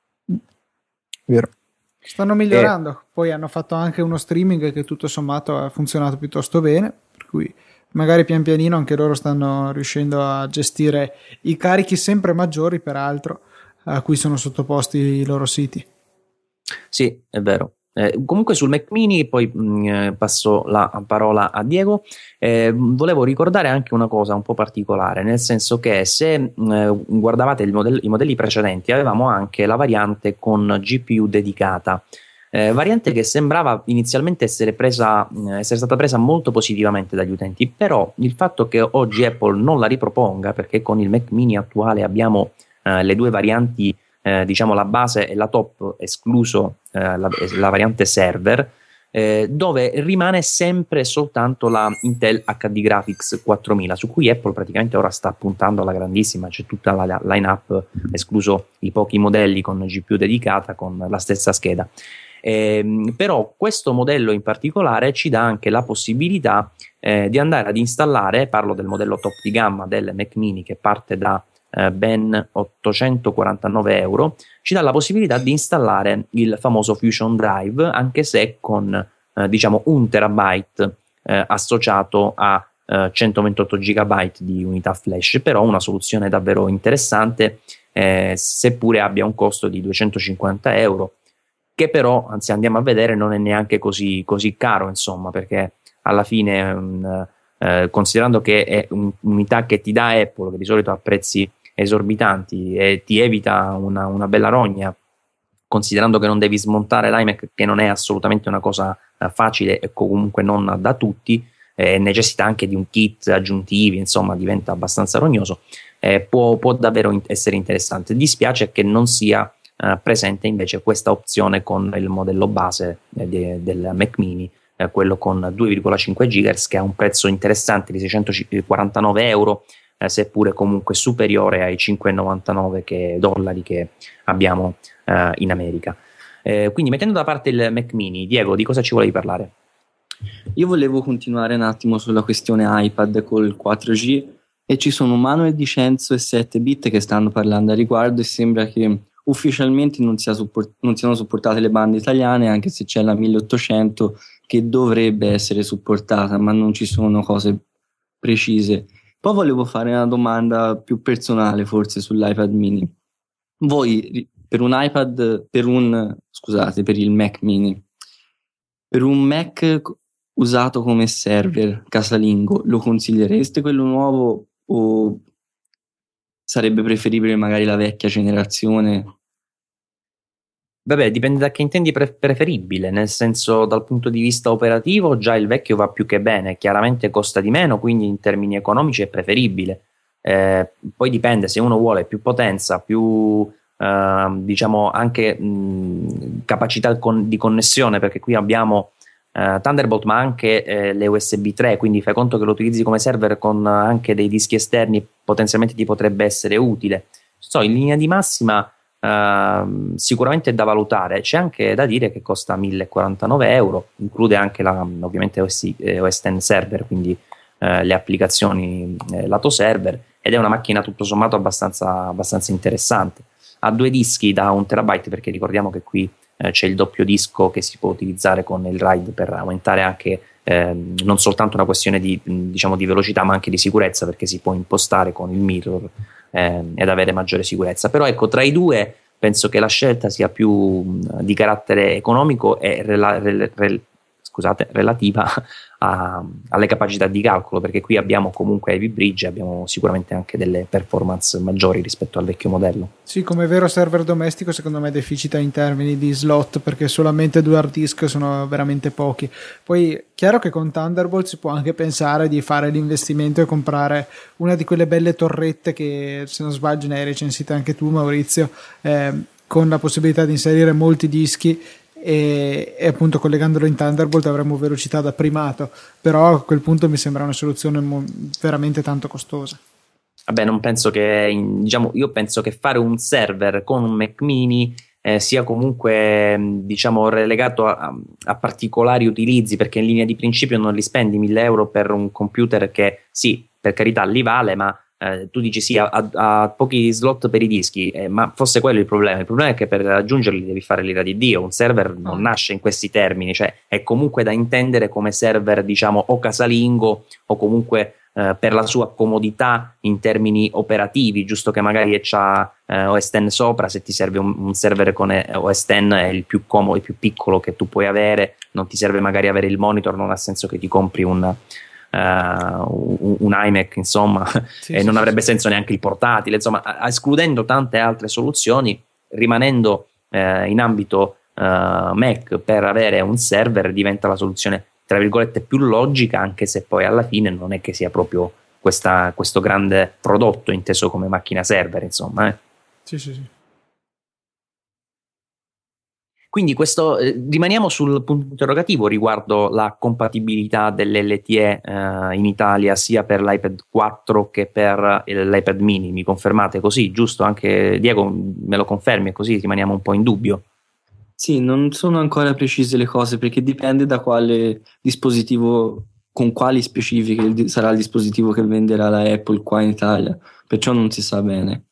Vero. Stanno migliorando, e poi hanno fatto anche uno streaming che tutto sommato ha funzionato piuttosto bene, per cui magari pian pianino anche loro stanno riuscendo a gestire i carichi sempre maggiori, peraltro, a cui sono sottoposti i loro siti. Sì, è vero. Eh, comunque sul Mac mini, poi mh, passo la parola a Diego. Eh, volevo ricordare anche una cosa un po' particolare, nel senso che se mh, guardavate il modello, i modelli precedenti, avevamo anche la variante con G P U dedicata, eh, variante che sembrava inizialmente essere presa mh, essere stata presa molto positivamente dagli utenti, però il fatto che oggi Apple non la riproponga, perché con il Mac mini attuale abbiamo eh, le due varianti, Eh, diciamo la base e la top, escluso eh, la, la variante server, eh, dove rimane sempre soltanto la Intel H D Graphics quattromila, su cui Apple praticamente ora sta puntando alla grandissima. C'è tutta la line-up, escluso i pochi modelli con G P U dedicata con la stessa scheda. Eh, però questo modello in particolare ci dà anche la possibilità eh, di andare ad installare, parlo del modello top di gamma del Mac mini, che parte da Eh, ben ottocentoquarantanove euro, ci dà la possibilità di installare il famoso Fusion Drive, anche se con eh, diciamo un terabyte eh, associato a eh, centoventotto gigabyte di unità flash, però una soluzione davvero interessante, eh, seppure abbia un costo di duecentocinquanta euro, che però, anzi andiamo a vedere, non è neanche così, così caro, insomma, perché alla fine um, eh, considerando che è un'unità che ti dà Apple, che di solito ha prezzi esorbitanti e ti evita una, una bella rogna, considerando che non devi smontare l'iMac, che non è assolutamente una cosa eh, facile e comunque non da tutti, eh, necessita anche di un kit aggiuntivi, insomma diventa abbastanza rognoso, eh, può, può davvero in- essere interessante. Dispiace che non sia eh, presente invece questa opzione con il modello base eh, de- del Mac mini, eh, quello con due virgola cinque gigahertz, che ha un prezzo interessante di seicentoquarantanove euro, Eh, seppure comunque superiore ai cinque virgola novantanove che, dollari che abbiamo eh, in America. Eh, quindi, mettendo da parte il Mac mini, Diego, di cosa ci volevi parlare? Io volevo continuare un attimo sulla questione iPad col quattro G, e ci sono Manuel Di Cenzo e sette bit che stanno parlando a riguardo, e sembra che ufficialmente non, sia support- non siano supportate le bande italiane, anche se c'è la milleottocento che dovrebbe essere supportata, ma non ci sono cose precise. Poi volevo fare una domanda più personale, forse, sull'iPad mini. Voi, per un iPad, per un, scusate, per il Mac mini, per un Mac usato come server casalingo, lo consigliereste quello nuovo, o sarebbe preferibile magari la vecchia generazione? Vabbè, dipende da che intendi pre- preferibile, nel senso, dal punto di vista operativo già il vecchio va più che bene, chiaramente costa di meno, quindi in termini economici è preferibile. Eh, poi dipende, se uno vuole più potenza, più eh, diciamo anche mh, capacità con, di connessione, perché qui abbiamo eh, Thunderbolt ma anche eh, le U S B tre, quindi fai conto che lo utilizzi come server con anche dei dischi esterni, potenzialmente ti potrebbe essere utile. So, in linea di massima Uh, sicuramente è da valutare. C'è anche da dire che costa mille e quarantanove euro, include anche la, ovviamente O S, eh, O S X server, quindi eh, le applicazioni eh, lato server, ed è una macchina tutto sommato abbastanza, abbastanza interessante. Ha due dischi da un terabyte, perché ricordiamo che qui eh, c'è il doppio disco che si può utilizzare con il RAID per aumentare anche eh, non soltanto una questione di, diciamo, di velocità, ma anche di sicurezza, perché si può impostare con il mirror Eh, ed avere maggiore sicurezza. Però ecco, tra i due penso che la scelta sia più mh, di carattere economico e rela- rel- rel- scusate, relativa a, alle capacità di calcolo, perché qui abbiamo comunque Ivy Bridge, abbiamo sicuramente anche delle performance maggiori rispetto al vecchio modello. Sì, come vero server domestico secondo me deficita in termini di slot, perché solamente due hard disk sono veramente pochi. Poi chiaro che con Thunderbolt si può anche pensare di fare l'investimento e comprare una di quelle belle torrette che, se non sbaglio, ne hai recensite anche tu, Maurizio, eh, con la possibilità di inserire molti dischi e, e appunto collegandolo in Thunderbolt avremo velocità da primato, però a quel punto mi sembra una soluzione mo- veramente tanto costosa. Vabbè, non penso che, diciamo, io penso che fare un server con un Mac mini eh, sia comunque, diciamo, relegato a, a particolari utilizzi, perché in linea di principio non li spendi mille euro per un computer che, sì, per carità li vale, ma eh, tu dici sì, ha, ha pochi slot per i dischi, eh, ma fosse quello il problema. Il problema è che per raggiungerli devi fare l'ira di Dio. Un server non nasce in questi termini, cioè è comunque da intendere come server, diciamo, o casalingo o comunque Uh, per la sua comodità in termini operativi, giusto che magari c'ha uh, O S X sopra. Se ti serve un, un server con O S X è il più comodo, il più piccolo che tu puoi avere, non ti serve magari avere il monitor, non ha senso che ti compri un, uh, un, un iMac, insomma, sì, e sì, non avrebbe sì. senso neanche il portatile, insomma, escludendo tante altre soluzioni, rimanendo uh, in ambito uh, Mac per avere un server diventa la soluzione tra virgolette più logica, anche se poi alla fine non è che sia proprio questa, questo grande prodotto inteso come macchina server, insomma. Eh. Sì, sì, sì. Quindi questo, eh, rimaniamo sul punto interrogativo riguardo la compatibilità dell'L T E eh, in Italia sia per l'iPad quattro che per l'iPad mini. Mi confermate così, giusto? Anche Diego me lo confermi, e così rimaniamo un po' in dubbio. Sì, non sono ancora precise le cose, perché dipende da quale dispositivo, con quali specifiche il, sarà il dispositivo che venderà la Apple qua in Italia, perciò non si sa bene.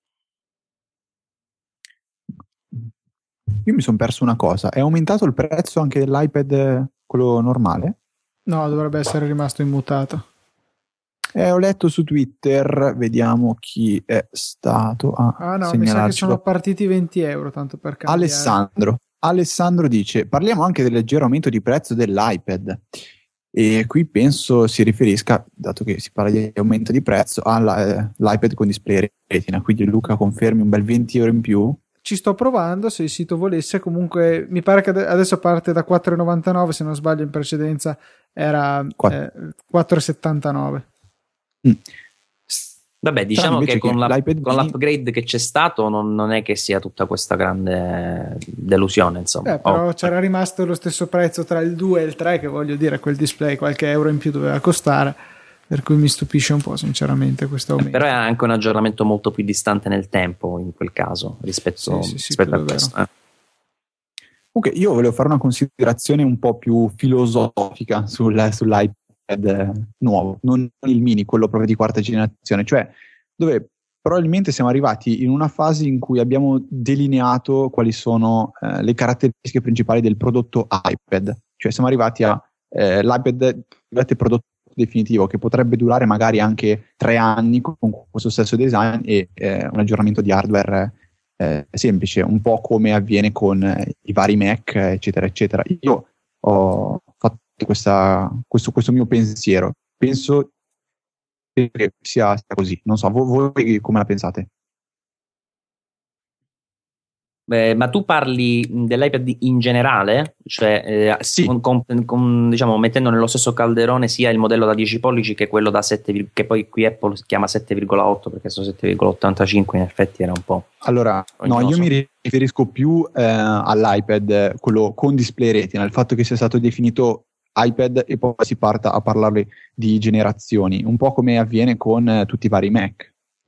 Io mi sono perso una cosa, è aumentato il prezzo anche dell'iPad, quello normale? No, dovrebbe essere rimasto immutato. Eh, ho letto su Twitter, vediamo chi è stato a ah no, mi sa che sono partiti venti euro, tanto per cambiare. Alessandro Alessandro dice: parliamo anche del leggero aumento di prezzo dell'iPad, e qui penso si riferisca, dato che si parla di aumento di prezzo, all'iPad con display retina. Quindi Luca, confermi un bel venti euro in più? Ci sto provando, se il sito volesse. Comunque mi pare che adesso parte da quattro e novantanove, se non sbaglio in precedenza era eh, quattro e settantanove. Mm. Vabbè, diciamo che con, la, con l'upgrade che c'è stato non, non è che sia tutta questa grande delusione, insomma. Eh, però oh. c'era rimasto lo stesso prezzo tra il due e il tre, che voglio dire, quel display qualche euro in più doveva costare, per cui mi stupisce un po' sinceramente questo aumento. Eh, però è anche un aggiornamento molto più distante nel tempo in quel caso rispetto, sì, sì, sì, rispetto a questo. Eh. Ok, io volevo fare una considerazione un po' più filosofica sul, sull'iPad nuovo, non il mini, quello proprio di quarta generazione, cioè dove probabilmente siamo arrivati in una fase in cui abbiamo delineato quali sono eh, le caratteristiche principali del prodotto iPad, cioè siamo arrivati a eh, l'iPad prodotto definitivo che potrebbe durare magari anche tre anni con questo stesso design e eh, un aggiornamento di hardware eh, semplice, un po' come avviene con eh, i vari Mac, eccetera eccetera. Io ho fatto Questa, questo, questo mio pensiero, penso che sia, sia così, non so, voi, voi come la pensate? Eh, ma tu parli dell'iPad in generale? Cioè, eh, Sì. con, con, con, diciamo, mettendo nello stesso calderone sia il modello da dieci pollici che quello da sette, che poi qui Apple si chiama sette virgola otto, perché sono sette virgola ottantacinque, in effetti era un po'. Allora, no, io mi riferisco più eh, all'iPad, quello con display retina, il fatto che sia stato definito iPad e poi si parta a parlare di generazioni, un po' come avviene con eh, tutti i vari Mac.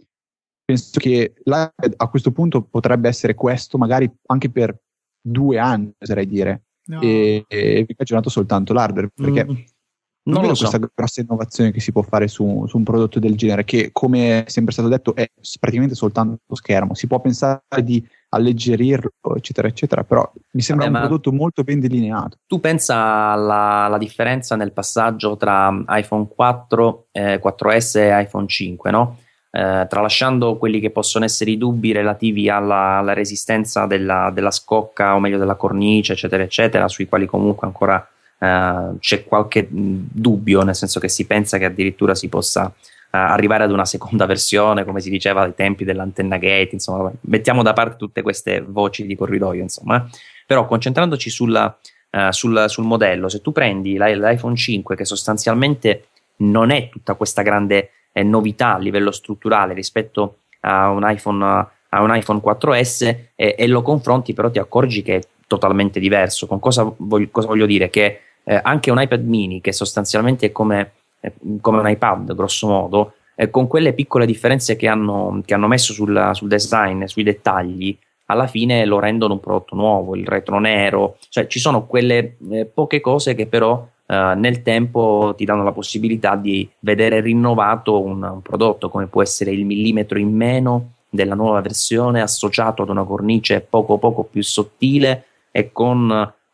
Penso che l'iPad a questo punto potrebbe essere questo magari anche per due anni, oserei dire, No. e, e vi aggiornato soltanto l'hardware, perché Mm, non, non vedo lo so. questa grossa innovazione che si può fare su, su un prodotto del genere, che come è sempre stato detto è praticamente soltanto lo schermo. Si può pensare di alleggerirlo, eccetera, eccetera, però mi sembra Vabbè, un ma prodotto molto ben delineato. tu pensa alla, alla differenza nel passaggio tra iPhone quattro, eh, quattro S e iPhone cinque, no? Eh, tralasciando quelli che possono essere i dubbi relativi alla, alla resistenza della, della scocca, o meglio della cornice, eccetera, eccetera, sui quali comunque ancora eh, c'è qualche mh, dubbio, nel senso che si pensa che addirittura si possa eh, arrivare ad una seconda versione, come si diceva ai tempi dell'antenna gate, insomma, mettiamo da parte tutte queste voci di corridoio, insomma. Però concentrandoci sulla, uh, sul, sul modello, se tu prendi l'iPhone cinque, che sostanzialmente non è tutta questa grande eh, novità a livello strutturale rispetto a un iPhone, a un iPhone quattro S, eh, e lo confronti, però ti accorgi che è totalmente diverso. Con cosa voglio, cosa voglio dire? Che eh, anche un iPad mini, che sostanzialmente è come, eh, come un iPad grosso modo, eh, con quelle piccole differenze che hanno, che hanno messo sul, sul design, sui dettagli, alla fine lo rendono un prodotto nuovo, il retro nero, cioè ci sono quelle eh, poche cose che però eh, nel tempo ti danno la possibilità di vedere rinnovato un, un prodotto, come può essere il millimetro in meno della nuova versione associato ad una cornice poco poco più sottile e con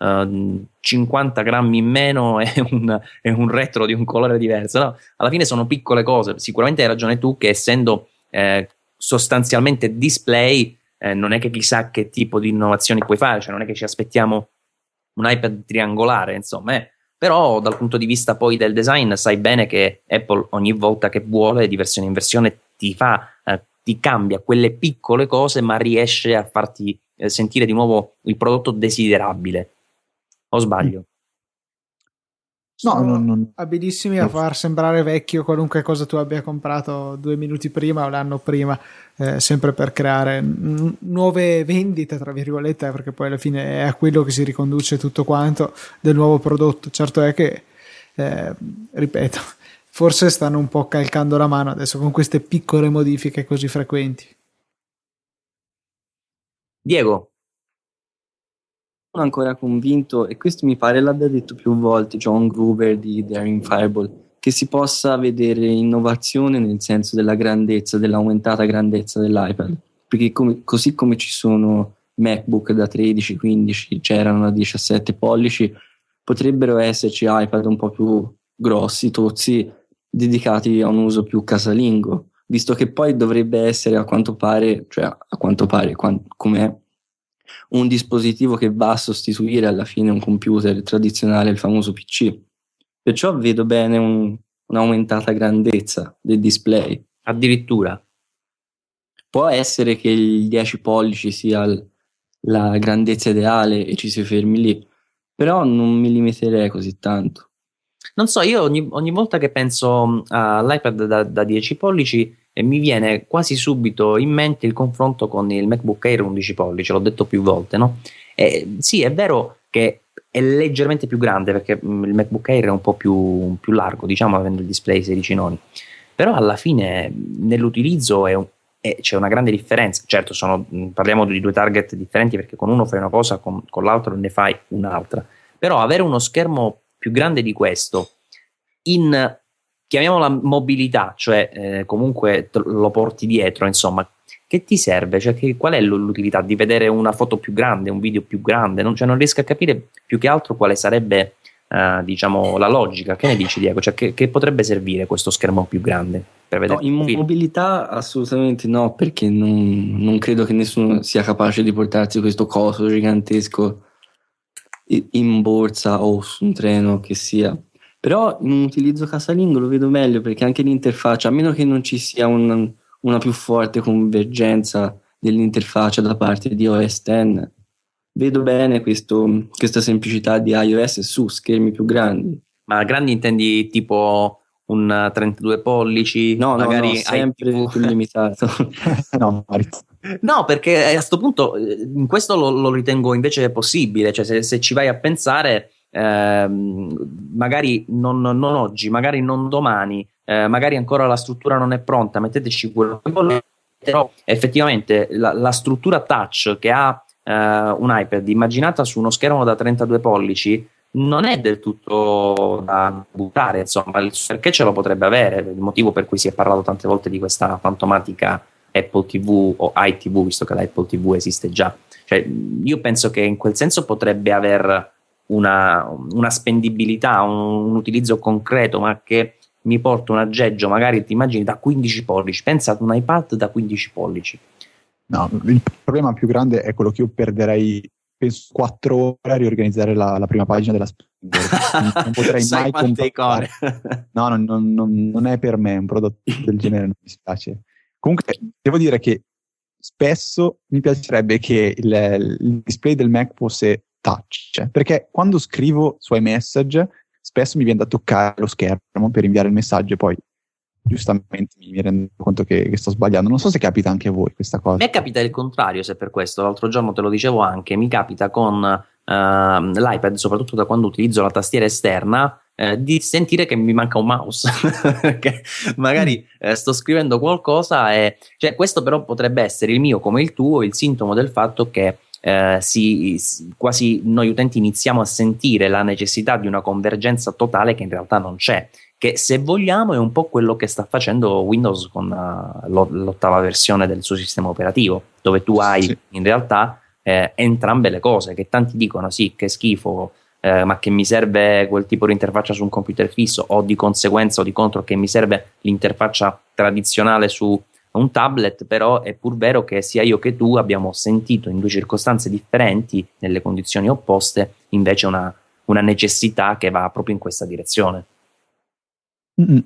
eh, cinquanta grammi in meno e un, e un retro di un colore diverso, no? Alla fine sono piccole cose. Sicuramente hai ragione tu che essendo eh, sostanzialmente display, Eh, non è che chissà che tipo di innovazioni puoi fare, cioè non è che ci aspettiamo un iPad triangolare, insomma, eh. Però dal punto di vista poi del design sai bene che Apple ogni volta che vuole di versione in versione ti fa, eh, ti cambia quelle piccole cose, ma riesce a farti eh, sentire di nuovo il prodotto desiderabile. O sbaglio? No, Sono non, non, abilissimi non a far sembrare vecchio qualunque cosa tu abbia comprato due minuti prima o l'anno prima, eh, sempre per creare n- nuove vendite, tra virgolette, perché poi alla fine è a quello che si riconduce tutto quanto del nuovo prodotto. Certo è che, eh, ripeto, forse stanno un po' calcando la mano adesso con queste piccole modifiche così frequenti. Diego? Sono ancora convinto, e questo mi pare l'abbia detto più volte John Gruber di Daring Fireball, che si possa vedere innovazione nel senso della grandezza, dell'aumentata grandezza dell'iPad, perché come, così come ci sono MacBook da tredici quindici, c'erano da diciassette pollici, potrebbero esserci iPad un po' più grossi, tozzi, dedicati a un uso più casalingo, visto che poi dovrebbe essere a quanto pare, cioè a quanto pare quant- com'è, un dispositivo che va a sostituire alla fine un computer tradizionale, il famoso P C. Perciò vedo bene un, un'aumentata grandezza del display. Addirittura? Può essere che il dieci pollici sia l- la grandezza ideale e ci si fermi lì, però non mi limiterei così tanto. Non so, io ogni, ogni volta che penso all'iPad da, da dieci pollici eh, mi viene quasi subito in mente il confronto con il MacBook Air undici pollici, l'ho detto più volte, no? E, sì, è vero che è leggermente più grande perché mh, il MacBook Air è un po' più, più largo, diciamo, avendo il display sedici noni, però alla fine nell'utilizzo è un, è, c'è una grande differenza. Certo, sono, mh, parliamo di due target differenti perché con uno fai una cosa, con, con l'altro ne fai un'altra, però avere uno schermo più grande di questo in, chiamiamola mobilità, cioè eh, comunque te lo porti dietro, insomma, che ti serve? Cioè, che, qual è l'utilità di vedere una foto più grande, un video più grande? Non, cioè, non riesco a capire più che altro quale sarebbe eh, diciamo la logica. Che ne dici, Diego? Cioè, che, che potrebbe servire questo schermo più grande per vedere? No, in film? mobilità assolutamente no, perché non, non credo che nessuno sia capace di portarsi questo coso gigantesco in borsa o su un treno che sia. Però in un utilizzo casalingo lo vedo meglio, perché anche l'interfaccia, a meno che non ci sia un, una più forte convergenza dell'interfaccia da parte di O S dieci. Vedo bene questo, questa semplicità di iOS su schermi più grandi. Ma grandi intendi tipo un trentadue pollici? No, magari no, no, sempre hai... più limitato. No, Maritz. No, perché a questo punto in questo lo, lo ritengo invece possibile, cioè se, se ci vai a pensare ehm, magari non, non oggi, magari non domani, eh, magari ancora la struttura non è pronta, metteteci quello che volete, però effettivamente la, la struttura touch che ha eh, un iPad immaginata su uno schermo da trentadue pollici non è del tutto da buttare, insomma, perché ce lo potrebbe avere, il motivo per cui si è parlato tante volte di questa fantomatica Apple T V o iTV, visto che l'Apple T V esiste già. Cioè, io penso che in quel senso potrebbe aver una, una spendibilità, un, un utilizzo concreto, ma che mi porta un aggeggio, magari ti immagini da quindici pollici, pensa ad un iPad da quindici pollici. No, il problema più grande è quello che io perderei, penso, quattro ore a riorganizzare la, la prima pagina della Springboard. Non potrei mai comprare. No, non, non, non, non è per me un prodotto del genere, non mi spiace. Comunque devo dire che spesso mi piacerebbe che il, il display del Mac fosse touch, perché quando scrivo su iMessage spesso mi viene da toccare lo schermo per inviare il messaggio e poi giustamente mi rendo conto che, che sto sbagliando. Non so se capita anche a voi questa cosa. A me capita il contrario, se per questo l'altro giorno te lo dicevo anche, mi capita con uh, l'iPad, soprattutto da quando utilizzo la tastiera esterna, eh, di sentire che mi manca un mouse perché magari eh, sto scrivendo qualcosa e cioè, questo però potrebbe essere il mio come il tuo il sintomo del fatto che eh, si, si, quasi noi utenti iniziamo a sentire la necessità di una convergenza totale che in realtà non c'è, che se vogliamo è un po' quello che sta facendo Windows con uh, l'ottava versione del suo sistema operativo, dove tu hai sì. in realtà eh, entrambe le cose, che tanti dicono sì che schifo, eh, ma che mi serve quel tipo di interfaccia su un computer fisso, o di conseguenza o di contro che mi serve l'interfaccia tradizionale su un tablet. Però è pur vero che sia io che tu abbiamo sentito in due circostanze differenti, nelle condizioni opposte, invece una, una necessità che va proprio in questa direzione. Mm-mm.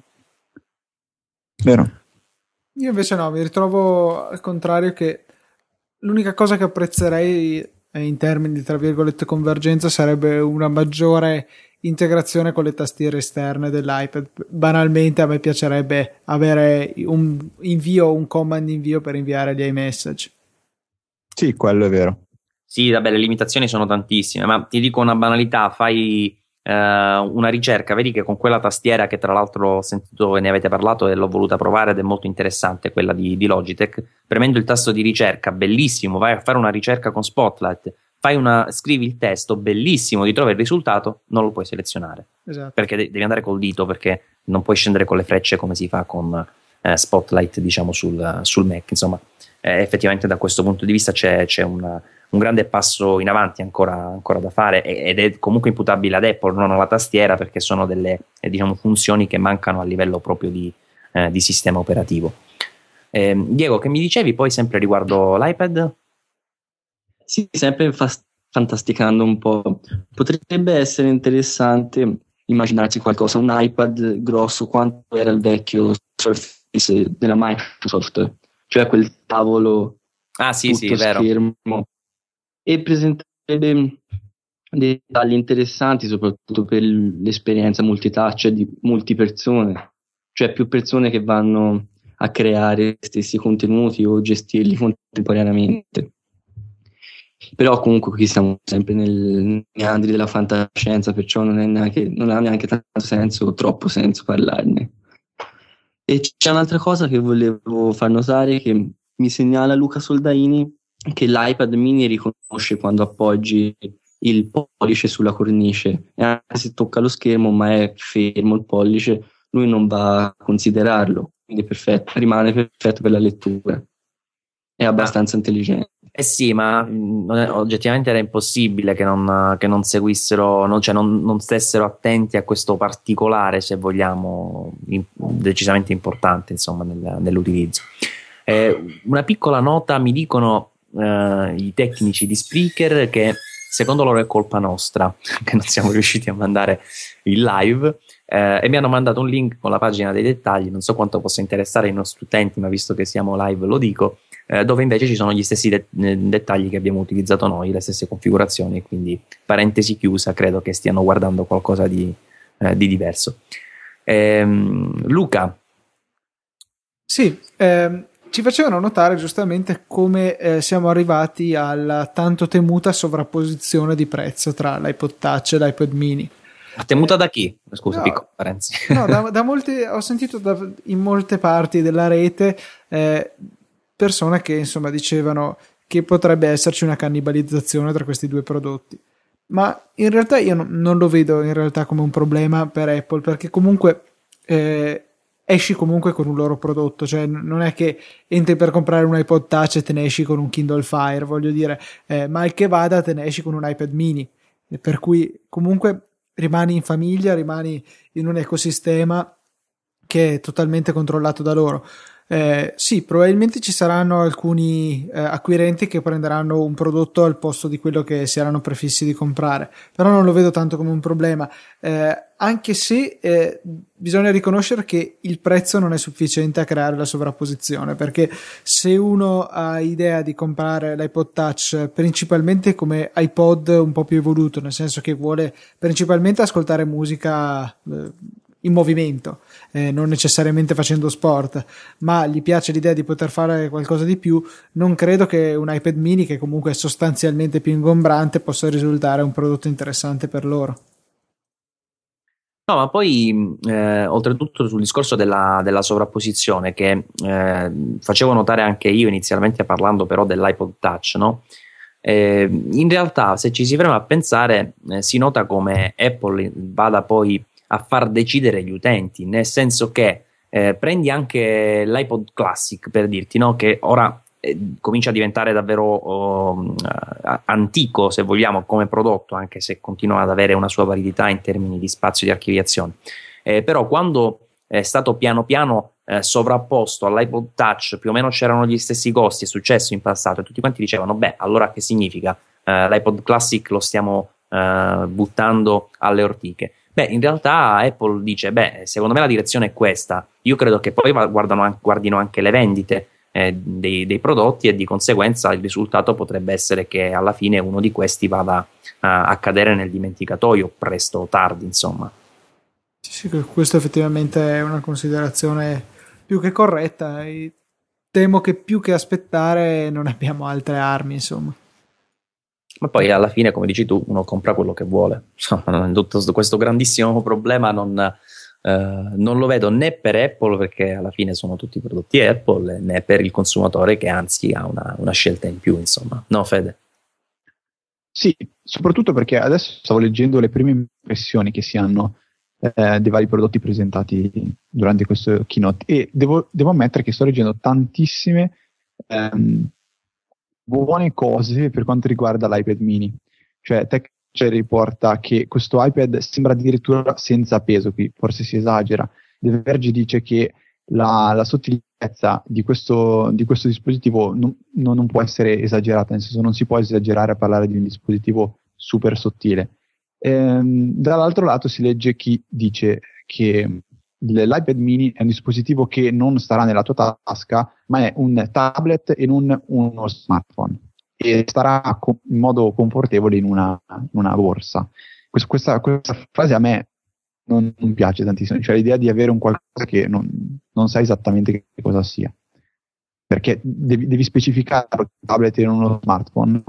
Vero. Io invece no, mi ritrovo al contrario che l'unica cosa che apprezzerei in termini di tra virgolette convergenza sarebbe una maggiore integrazione con le tastiere esterne dell'iPad. Banalmente a me piacerebbe avere un invio, un command invio per inviare gli iMessage. Sì, quello è vero. Sì, vabbè, le limitazioni sono tantissime, ma ti dico una banalità, fai eh, una ricerca, vedi che con quella tastiera che tra l'altro ho sentito e ne avete parlato e l'ho voluta provare ed è molto interessante, quella di, di Logitech, premendo il tasto di ricerca, bellissimo, vai a fare una ricerca con Spotlight, fai una, scrivi il testo, bellissimo, ti trovi il risultato, non lo puoi selezionare. Esatto. Perché devi andare col dito, perché non puoi scendere con le frecce come si fa con eh, Spotlight, diciamo, sul, sul Mac. Insomma, eh, effettivamente da questo punto di vista c'è, c'è una, un grande passo in avanti ancora, ancora da fare, ed è comunque imputabile ad Apple, non alla tastiera, perché sono delle eh, diciamo, funzioni che mancano a livello proprio di, eh, di sistema operativo. Eh, Diego, che mi dicevi poi sempre riguardo l'iPad? Sì, sempre fast- fantasticando un po'. Potrebbe essere interessante immaginarsi qualcosa, un iPad grosso quanto era il vecchio Surface della Microsoft, cioè quel tavolo ah, sì, tutto sì, schermo, vero. E presentare dei dettagli interessanti, soprattutto per l'esperienza multitouch di multipersone, cioè più persone che vanno a creare stessi contenuti o gestirli contemporaneamente. Però comunque qui siamo sempre nel meandri della fantascienza, perciò non, è neanche, non ha neanche tanto senso o troppo senso parlarne. E c'è un'altra cosa che volevo far notare, che mi segnala Luca Soldaini, che l'iPad mini riconosce quando appoggi il pollice sulla cornice, e anche se tocca lo schermo ma è fermo il pollice, lui non va a considerarlo, quindi è perfetto, rimane perfetto per la lettura, è abbastanza ah. intelligente. Eh sì, ma mh, oggettivamente era impossibile che non, che non seguissero, non, cioè non, non stessero attenti a questo particolare, se vogliamo, in, decisamente importante, insomma, nel, nell'utilizzo. Eh, una piccola nota, mi dicono eh, i tecnici di Spreaker che secondo loro è colpa nostra che non siamo riusciti a mandare il live, eh, e mi hanno mandato un link con la pagina dei dettagli. Non so quanto possa interessare i nostri utenti, ma visto che siamo live lo dico. eh, dove invece ci sono gli stessi de- dettagli che abbiamo utilizzato noi, le stesse configurazioni, quindi parentesi chiusa, credo che stiano guardando qualcosa di, eh, di diverso. Ehm, Luca. Sì, ehm, ci facevano notare giustamente come eh, siamo arrivati alla tanto temuta sovrapposizione di prezzo tra l'iPod Touch e l'iPod Mini. Temuta da chi? Scusa, No, piccola parentesi. No, da, da molti, ho sentito da, in molte parti della rete eh, persone che insomma dicevano che potrebbe esserci una cannibalizzazione tra questi due prodotti, ma in realtà io no, non lo vedo in realtà come un problema per Apple, perché comunque eh, esci comunque con un loro prodotto, cioè non è che entri per comprare un iPod Touch e te ne esci con un Kindle Fire, voglio dire, eh, mal che vada te ne esci con un iPad mini, per cui comunque rimani in famiglia, rimani in un ecosistema che è totalmente controllato da loro. Eh, sì, probabilmente ci saranno alcuni eh, acquirenti che prenderanno un prodotto al posto di quello che si erano prefissi di comprare, però non lo vedo tanto come un problema, eh, anche se eh, bisogna riconoscere che il prezzo non è sufficiente a creare la sovrapposizione, perché se uno ha idea di comprare l'iPod Touch principalmente come iPod un po' più evoluto, nel senso che vuole principalmente ascoltare musica eh, in movimento, eh, non necessariamente facendo sport, ma gli piace l'idea di poter fare qualcosa di più, non credo che un iPad mini, che comunque è sostanzialmente più ingombrante, possa risultare un prodotto interessante per loro. No, ma poi eh, oltretutto sul discorso della, della sovrapposizione che eh, facevo notare anche io inizialmente parlando però dell'iPod Touch, no? Eh, in realtà se ci si ferma a pensare eh, si nota come Apple vada poi a far decidere gli utenti, nel senso che eh, prendi anche l'iPod Classic, per dirti, no? Che ora eh, comincia a diventare davvero oh, antico, se vogliamo, come prodotto, anche se continua ad avere una sua validità in termini di spazio di archiviazione. Eh, però quando è stato piano piano eh, sovrapposto all'iPod Touch, più o meno c'erano gli stessi costi, è successo in passato, e tutti quanti dicevano, beh, allora che significa? Eh, L'iPod Classic lo stiamo eh, buttando alle ortiche. Beh, in realtà Apple dice, beh, secondo me la direzione è questa. Io credo che poi guardano, guardino anche le vendite eh, dei, dei prodotti, e di conseguenza il risultato potrebbe essere che alla fine uno di questi vada uh, a cadere nel dimenticatoio, presto o tardi, insomma. Sì, sì, questo effettivamente è una considerazione più che corretta. E temo che più che aspettare non abbiamo altre armi, insomma. Ma poi alla fine, come dici tu, uno compra quello che vuole. Insomma, tutto questo grandissimo problema non, eh, non lo vedo né per Apple, perché alla fine sono tutti prodotti Apple, né per il consumatore, che anzi ha una, una scelta in più, insomma. No, Fede? Sì, soprattutto perché adesso stavo leggendo le prime impressioni che si hanno eh, dei vari prodotti presentati durante questo keynote, e devo, devo ammettere che sto leggendo tantissime ehm, buone cose per quanto riguarda l'iPad mini. Cioè TechCrunch riporta che questo iPad sembra addirittura senza peso, qui forse si esagera. The Verge dice che la, la sottigliezza di questo, di questo dispositivo non, non può essere esagerata, nel senso non si può esagerare a parlare di un dispositivo super sottile. Ehm, dall'altro lato si legge chi dice che l'iPad mini è un dispositivo che non starà nella tua tasca, ma è un tablet e non uno smartphone, e starà co- in modo confortevole in una, in una borsa. Questa, questa, questa frase a me non, non piace tantissimo, cioè l'idea di avere un qualcosa che non, non sai esattamente che cosa sia, perché devi, devi specificare un tablet e non uno smartphone.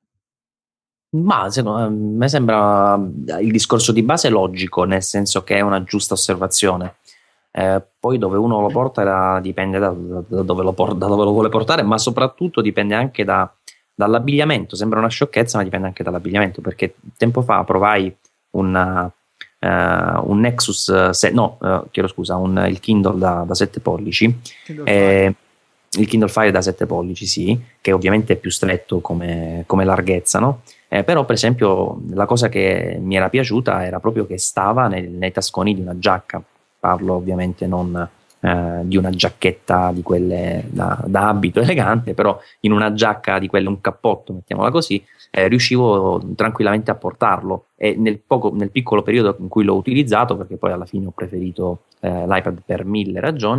Ma secondo me sembra il discorso di base logico, nel senso che è una giusta osservazione. Eh, poi dove uno lo porta da, dipende da, da, dove lo por- da dove lo vuole portare, ma soprattutto dipende anche da, dall'abbigliamento. Sembra una sciocchezza, ma dipende anche dall'abbigliamento, perché tempo fa provai una, uh, un Nexus se- no, uh, chiedo scusa, un, il Kindle da, da sette pollici, eh, il Kindle Fire da sette pollici, sì, che ovviamente è più stretto come, come larghezza, no? Eh, però per esempio la cosa che mi era piaciuta era proprio che stava nel, nei tasconi di una giacca. Parlo ovviamente non eh, di una giacchetta di quelle da, da abito elegante, però in una giacca di quelle, un cappotto, mettiamola così, eh, riuscivo tranquillamente a portarlo, e nel, poco, nel piccolo periodo in cui l'ho utilizzato, perché poi alla fine ho preferito eh, l'iPad per mille ragioni,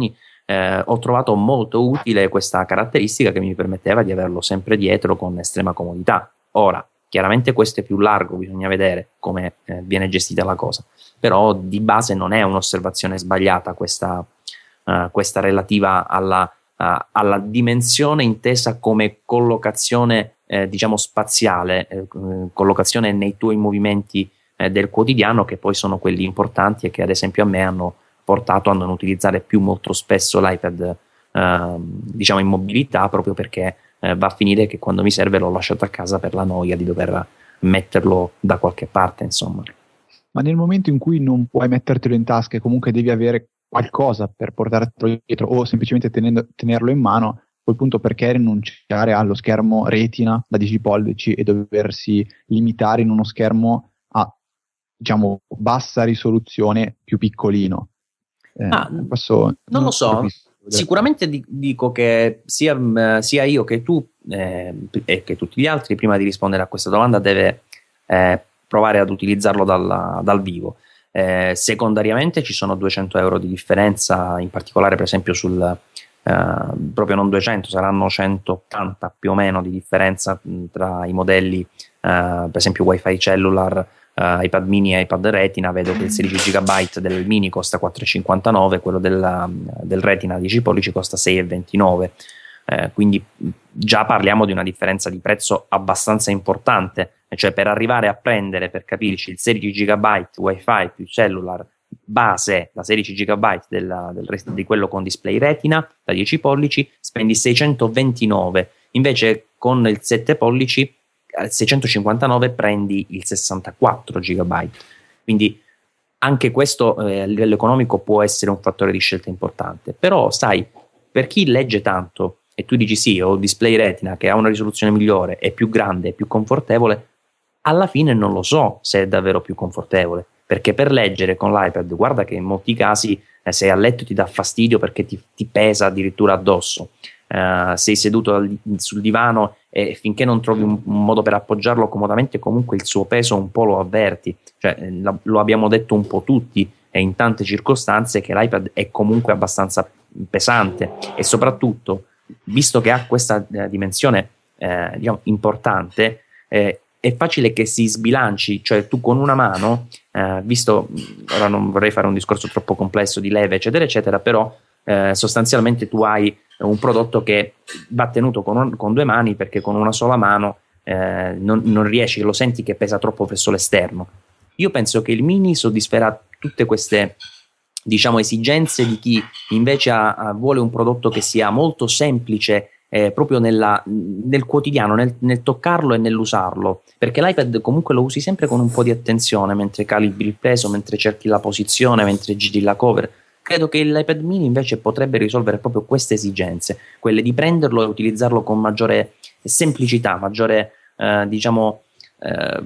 eh, ho trovato molto utile questa caratteristica che mi permetteva di averlo sempre dietro con estrema comodità. Ora, chiaramente questo è più largo, bisogna vedere come eh, viene gestita la cosa, però di base non è un'osservazione sbagliata questa, uh, questa relativa alla, uh, alla dimensione intesa come collocazione eh, diciamo spaziale, eh, collocazione nei tuoi movimenti eh, del quotidiano, che poi sono quelli importanti e che ad esempio a me hanno portato a non utilizzare più molto spesso l'iPad eh, diciamo in mobilità, proprio perché eh, va a finire che quando mi serve l'ho lasciato a casa per la noia di dover metterlo da qualche parte, insomma. Ma nel momento in cui non puoi mettertelo in tasca e comunque devi avere qualcosa per portartelo dietro o semplicemente tenendo, tenerlo in mano, a quel punto perché rinunciare allo schermo Retina da dieci pollici e doversi limitare in uno schermo a, diciamo, bassa risoluzione più piccolino? Eh, ah, questo non, non lo so, sicuramente di, dico che sia, sia io che tu eh, e che tutti gli altri, prima di rispondere a questa domanda, deve eh, provare ad utilizzarlo dal, dal vivo. Eh, secondariamente ci sono duecento euro di differenza, in particolare per esempio sul eh, proprio non duecento, saranno centottanta più o meno di differenza mh, tra i modelli, eh, per esempio Wi-Fi cellular, Uh, iPad mini e iPad Retina. Vedo che il sedici giga del mini costa quattro virgola cinquantanove, quello del, del Retina dieci pollici costa sei virgola ventinove, eh, quindi già parliamo di una differenza di prezzo abbastanza importante, cioè per arrivare a prendere, per capirci, il sedici giga Wi-Fi più cellular base da sedici giga del, del resto di quello con display Retina da dieci pollici, spendi seicentoventinove, invece con il sette pollici al seicentocinquantanove prendi il sessantaquattro giga, quindi anche questo eh, a livello economico può essere un fattore di scelta importante. Però sai, per chi legge tanto e tu dici sì, ho display Retina che ha una risoluzione migliore, è più grande, è più confortevole, alla fine non lo so se è davvero più confortevole, perché per leggere con l'iPad, guarda che in molti casi eh, sei a letto ti dà fastidio perché ti, ti pesa addirittura addosso. Uh, sei seduto al, sul divano e finché non trovi un, un modo per appoggiarlo comodamente, comunque il suo peso un po' lo avverti, cioè, la, lo abbiamo detto un po' tutti e in tante circostanze che l'iPad è comunque abbastanza pesante, e soprattutto visto che ha questa eh, dimensione eh, diciamo importante, eh, è facile che si sbilanci, cioè tu con una mano, eh, visto, ora non vorrei fare un discorso troppo complesso di leve eccetera eccetera, però eh, sostanzialmente tu hai un prodotto che va tenuto con, un, con due mani, perché con una sola mano eh, non, non riesci, lo senti che pesa troppo verso l'esterno. Io penso che il mini soddisferà tutte queste, diciamo, esigenze di chi invece ha, ha, vuole un prodotto che sia molto semplice eh, proprio nella, nel quotidiano, nel, nel toccarlo e nell'usarlo, perché l'iPad comunque lo usi sempre con un po' di attenzione mentre calibri il peso, mentre cerchi la posizione, mentre giri la cover. Credo che l'iPad mini invece potrebbe risolvere proprio queste esigenze, quelle di prenderlo e utilizzarlo con maggiore semplicità, maggiore eh, diciamo eh,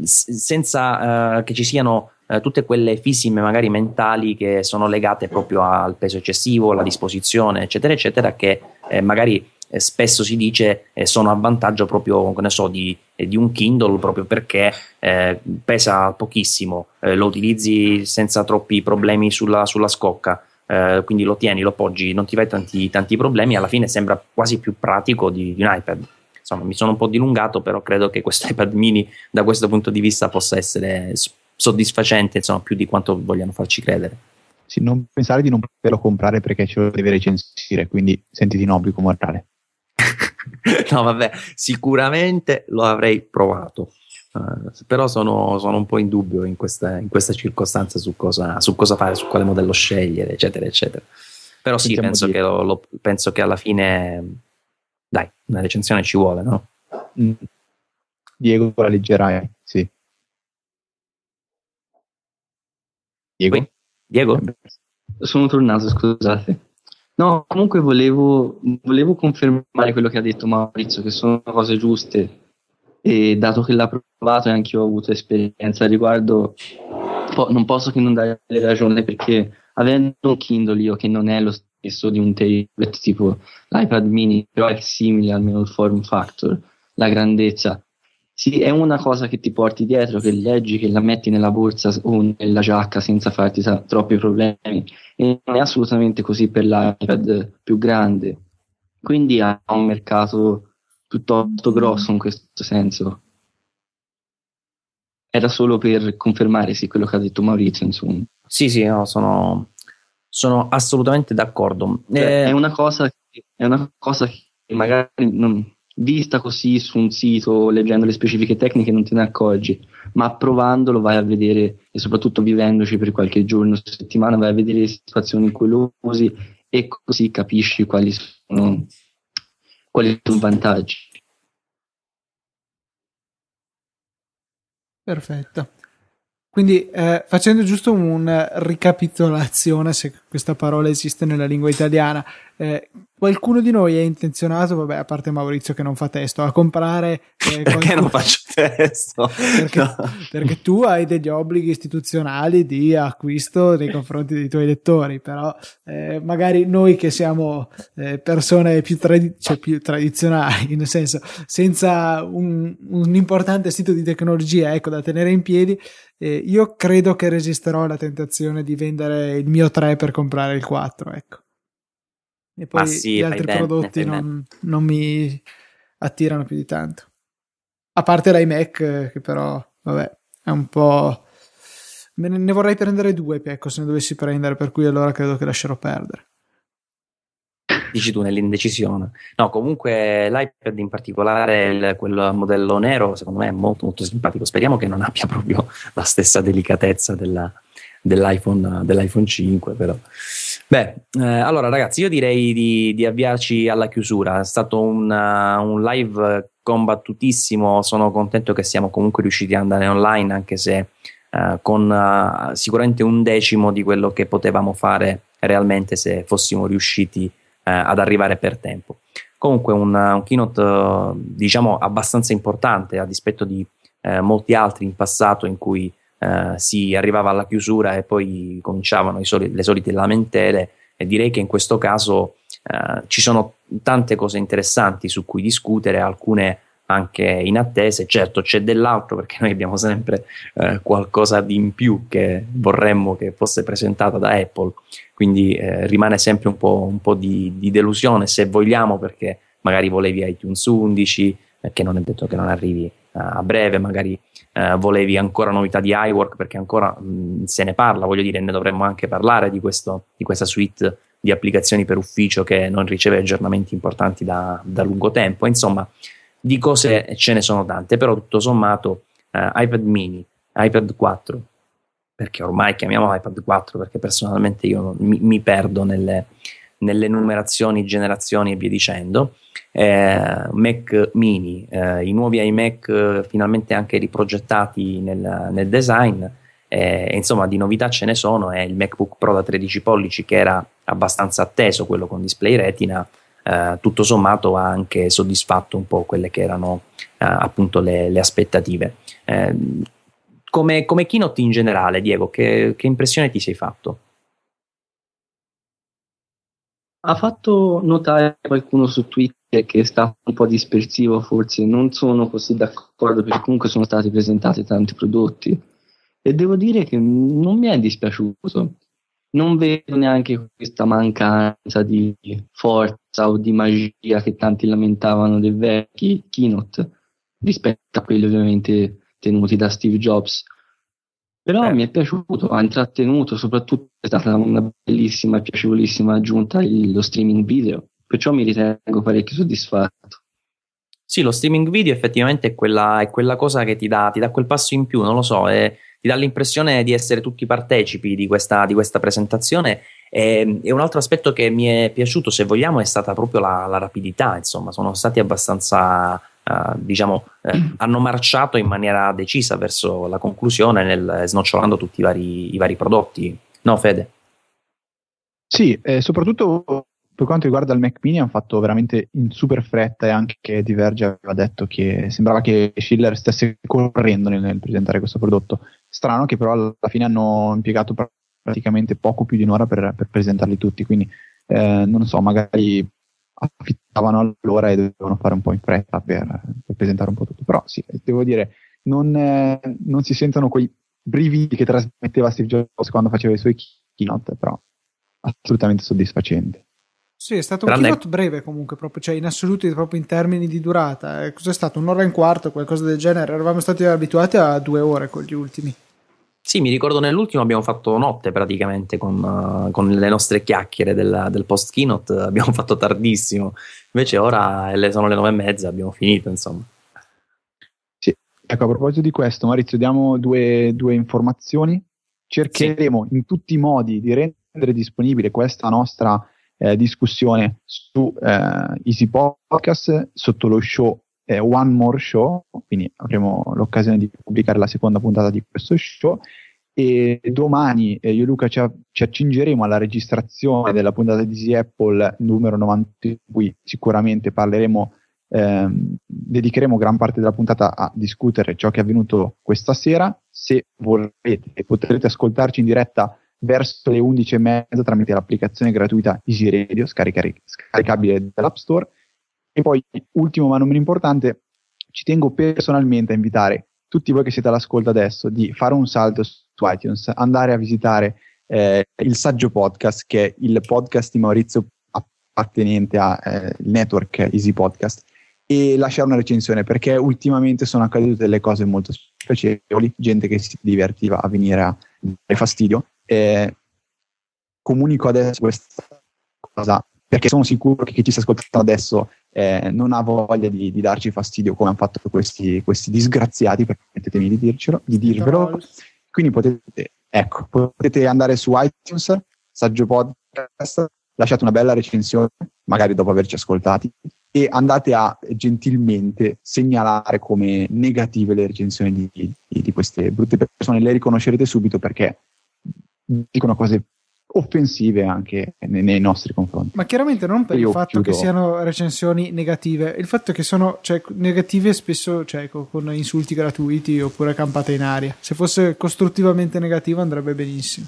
senza eh, che ci siano eh, tutte quelle fisime magari mentali che sono legate proprio al peso eccessivo, alla disposizione eccetera eccetera, che eh, magari eh, spesso si dice eh, sono a vantaggio proprio, che ne so, di, eh, di un Kindle, proprio perché eh, pesa pochissimo, eh, lo utilizzi senza troppi problemi sulla, sulla scocca, eh, quindi lo tieni, lo poggi, non ti fai tanti, tanti problemi, alla fine sembra quasi più pratico di, di un iPad. Insomma, mi sono un po' dilungato, però credo che questo iPad mini da questo punto di vista possa essere soddisfacente, insomma, più di quanto vogliano farci credere. Sì, non pensare di non poterlo comprare perché ce lo deve recensire, quindi sentiti in obbligo morale. No, vabbè, sicuramente lo avrei provato, uh, però sono, sono un po' in dubbio in questa, in questa circostanza su cosa, su cosa fare, su quale modello scegliere, eccetera, eccetera. Però sì, penso che, lo, lo, penso che alla fine, dai, una recensione ci vuole, no? Mm. Diego, la leggerai, sì. Diego? Poi, Diego? Sono tornato, scusate. No, comunque volevo, volevo confermare quello che ha detto Maurizio, che sono cose giuste, e dato che l'ha provato e anche io ho avuto esperienza al riguardo, po- non posso che non dare ragione, perché avendo un Kindle io che non è lo stesso di un tablet tipo l'iPad mini, però è simile almeno il form factor, la grandezza, sì, è una cosa che ti porti dietro, che leggi, che la metti nella borsa o nella giacca senza farti sa- troppi problemi, e non è assolutamente così per l'iPad più grande, quindi ha un mercato piuttosto grosso in questo senso. Era solo per confermare sì quello che ha detto Maurizio, insomma. Sì, sì, no, sono, sono assolutamente d'accordo. Cioè, Eh, è una cosa che, è una cosa che magari non, vista così su un sito, leggendo le specifiche tecniche, non te ne accorgi, ma provandolo vai a vedere, e soprattutto vivendoci per qualche giorno, settimana, vai a vedere le situazioni in cui lo usi e così capisci quali sono, quali sono i vantaggi. Perfetto. Quindi eh, facendo giusto una ricapitolazione, se questa parola esiste nella lingua italiana, eh, qualcuno di noi è intenzionato, vabbè, a parte Maurizio che non fa testo, a comprare eh, perché qualcuno... non faccio testo? perché, No. perché tu hai degli obblighi istituzionali di acquisto nei confronti dei tuoi lettori, però eh, magari noi che siamo eh, persone più, tradi- cioè più tradizionali, nel senso senza un, un importante sito di tecnologia, ecco, da tenere in piedi, eh, io credo che resisterò alla tentazione di vendere il mio tre per comprare il quattro, ecco. E poi sì, gli fai altri bene, prodotti fai non, non mi attirano più di tanto. A parte l'iMac, eh, che però, vabbè, è un po'... Me ne, ne vorrei prendere due, ecco, se ne dovessi prendere, per cui allora credo che lascerò perdere. Dici tu nell'indecisione. No, comunque l'iPad in particolare, il, quel modello nero, secondo me è molto molto simpatico. Speriamo che non abbia proprio la stessa delicatezza della, dell'iPhone, dell'iPhone cinque, però. Beh, eh, allora ragazzi, io direi di, di avviarci alla chiusura. È stato un, uh, un live combattutissimo. Sono contento che siamo comunque riusciti ad andare online, anche se uh, con uh, sicuramente un decimo di quello che potevamo fare realmente se fossimo riusciti Eh, ad arrivare per tempo. Comunque un, un keynote eh, diciamo abbastanza importante, a dispetto di eh, molti altri in passato in cui eh, si arrivava alla chiusura e poi cominciavano i soli, le solite lamentele, e direi che in questo caso eh, ci sono tante cose interessanti su cui discutere, alcune anche inattese. Certo, c'è dell'altro, perché noi abbiamo sempre eh, qualcosa di in più che vorremmo che fosse presentata da Apple, quindi eh, rimane sempre un po', un po' di, di delusione, se vogliamo, perché magari volevi iTunes undici, perché non è detto che non arrivi uh, a breve, magari uh, volevi ancora novità di iWork, perché ancora mh, se ne parla, voglio dire, ne dovremmo anche parlare di, questo, di questa suite di applicazioni per ufficio che non riceve aggiornamenti importanti da, da lungo tempo. Insomma, di cose ce ne sono tante, però tutto sommato uh, iPad mini, iPad quattro, perché ormai chiamiamo iPad quattro, perché personalmente io non, mi, mi perdo nelle, nelle numerazioni, generazioni e via dicendo, eh, Mac mini, eh, i nuovi iMac eh, finalmente anche riprogettati nel, nel design, eh, insomma di novità ce ne sono, e il MacBook Pro da tredici pollici, che era abbastanza atteso, quello con display retina, eh, tutto sommato ha anche soddisfatto un po' quelle che erano eh, appunto le, le aspettative. Eh, come, come keynote in generale, Diego, che, che impressione ti sei fatto? Ha fatto notare qualcuno su Twitter che è stato un po' dispersivo, forse non sono così d'accordo, perché comunque sono stati presentati tanti prodotti, e devo dire che non mi è dispiaciuto. Non vedo neanche questa mancanza di forza o di magia che tanti lamentavano dei vecchi keynote, rispetto a quelli ovviamente tenuti da Steve Jobs. Però Eh. mi è piaciuto, ha intrattenuto, soprattutto è stata una bellissima e piacevolissima aggiunta il, lo streaming video, perciò mi ritengo parecchio soddisfatto. Sì, lo streaming video effettivamente è quella, è quella cosa che ti dà, ti dà quel passo in più, non lo so, è, ti dà l'impressione di essere tutti partecipi di questa, di questa presentazione. E, e un altro aspetto che mi è piaciuto, se vogliamo, è stata proprio la, la rapidità. Insomma, sono stati abbastanza, uh, diciamo, eh, hanno marciato in maniera decisa verso la conclusione, nel, snocciolando tutti i vari, i vari prodotti. No, Fede? Sì, eh, soprattutto per quanto riguarda il Mac Mini hanno fatto veramente in super fretta, e anche Diverge aveva detto che sembrava che Schiller stesse correndo nel, nel presentare questo prodotto. Strano che però alla fine hanno impiegato praticamente poco più di un'ora per, per presentarli tutti, quindi eh, non so, magari affittavano allora e dovevano fare un po' in fretta per, per presentare un po' tutto. Però sì, devo dire, non, eh, non si sentono quei brividi che trasmetteva Steve Jobs quando faceva i suoi keynote, però assolutamente soddisfacente. Sì, è stato un Grande. keynote breve comunque, proprio, cioè in assoluto, proprio in termini di durata. Eh, cos'è stato? Un'ora e un quarto, qualcosa del genere? Eravamo stati abituati a due ore con gli ultimi. Sì, mi ricordo nell'ultimo abbiamo fatto notte praticamente con, uh, con le nostre chiacchiere del, del post keynote, abbiamo fatto tardissimo, invece ora le, sono le nove e mezza, abbiamo finito insomma. Sì, ecco, a proposito di questo, Maurizio, diamo due, due informazioni. Cercheremo sì. in tutti i modi di rendere disponibile questa nostra eh, discussione su eh, Easy Podcast sotto lo show eh, One More Show, quindi avremo l'occasione di pubblicare la seconda puntata di questo show, e domani eh, io e Luca ci, ci accingeremo alla registrazione della puntata di Easy Apple numero novanta, in cui sicuramente parleremo, ehm, dedicheremo gran parte della puntata a discutere ciò che è avvenuto questa sera. Se vorrete potrete ascoltarci in diretta verso le undici e mezza tramite l'applicazione gratuita Easy Radio, scaricare, scaricabile dall'App Store. E poi, ultimo ma non meno importante, ci tengo personalmente a invitare tutti voi che siete all'ascolto adesso di fare un salto su iTunes, andare a visitare eh, il Saggio Podcast, che è il podcast di Maurizio appartenente al eh, network Easy Podcast, e lasciare una recensione, perché ultimamente sono accadute delle cose molto spiacevoli, gente che si divertiva a venire a dare fastidio. Eh, comunico adesso questa cosa perché sono sicuro che chi ci sta ascoltando adesso eh, non ha voglia di, di darci fastidio come hanno fatto questi, questi disgraziati, permettetemi di dircelo, di dirvelo. Quindi potete, ecco, potete andare su iTunes, Saggio Podcast, lasciate una bella recensione, magari dopo averci ascoltati, e andate a gentilmente segnalare come negative le recensioni di, di, di queste brutte persone. Le riconoscerete subito perché dicono cose offensive anche nei, nei nostri confronti. Ma chiaramente non per Io il fatto chiudo. che siano recensioni negative, il fatto che sono, cioè, negative spesso, cioè, con, con insulti gratuiti oppure campate in aria. Se fosse costruttivamente negativo andrebbe benissimo.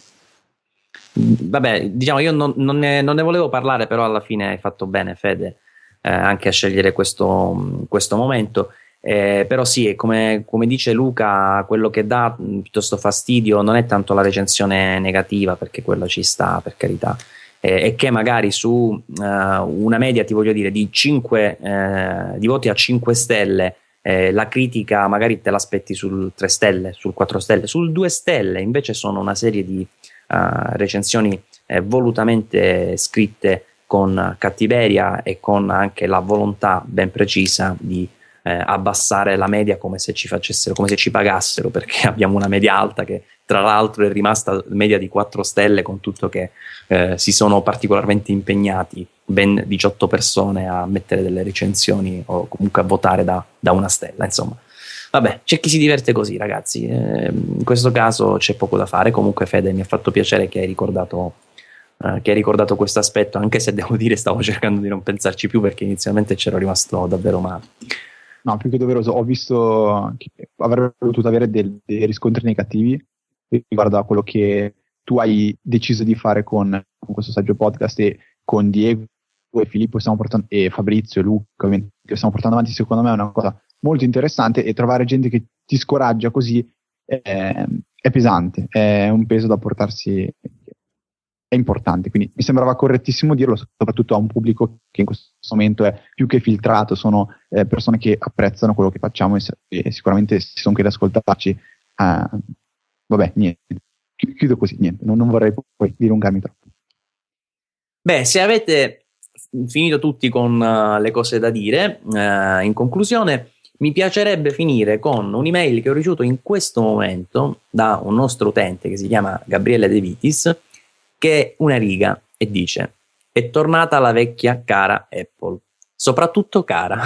Vabbè, diciamo, io non, non, ne, non ne volevo parlare, però alla fine hai fatto bene, Fede, eh, anche a scegliere questo, questo momento. Eh, però sì, come, come dice Luca, quello che dà mh, piuttosto fastidio non è tanto la recensione negativa, perché quella ci sta, per carità, eh, è che magari su uh, una media, ti voglio dire, di cinque eh, di voti a cinque stelle, eh, la critica magari te l'aspetti sul tre stelle, sul quattro stelle, sul due stelle invece sono una serie di uh, recensioni eh, volutamente scritte con cattiveria e con anche la volontà ben precisa di Eh, abbassare la media, come se ci facessero, come se ci pagassero, perché abbiamo una media alta che tra l'altro è rimasta media di quattro stelle, con tutto che eh, si sono particolarmente impegnati ben diciotto persone a mettere delle recensioni o comunque a votare da, da una stella. Insomma, vabbè, c'è chi si diverte così, ragazzi, eh, in questo caso c'è poco da fare. Comunque, Fede, mi ha fatto piacere che hai ricordato eh, che hai ricordato questo aspetto, anche se devo dire stavo cercando di non pensarci più, perché inizialmente c'ero rimasto davvero male. No, più che doveroso, ho visto che avrebbe potuto avere del, dei riscontri negativi riguardo a quello che tu hai deciso di fare con, con questo Saggio Podcast, e con Diego e Filippo stiamo portando, e Fabrizio e Luca, che stiamo portando avanti. Secondo me è una cosa molto interessante, e trovare gente che ti scoraggia così è, è pesante, è un peso da portarsi, è importante. Quindi mi sembrava correttissimo dirlo, soprattutto a un pubblico che in questo momento è più che filtrato, sono eh, persone che apprezzano quello che facciamo, e, e sicuramente si sono qui ad ascoltarci. Uh, vabbè, niente, chiudo così, niente, non, non vorrei poi dilungarmi troppo. Beh, se avete finito tutti con uh, le cose da dire, uh, in conclusione mi piacerebbe finire con un'email che ho ricevuto in questo momento da un nostro utente che si chiama Gabriele De Vitis, che è una riga e dice: è tornata la vecchia cara Apple, soprattutto cara.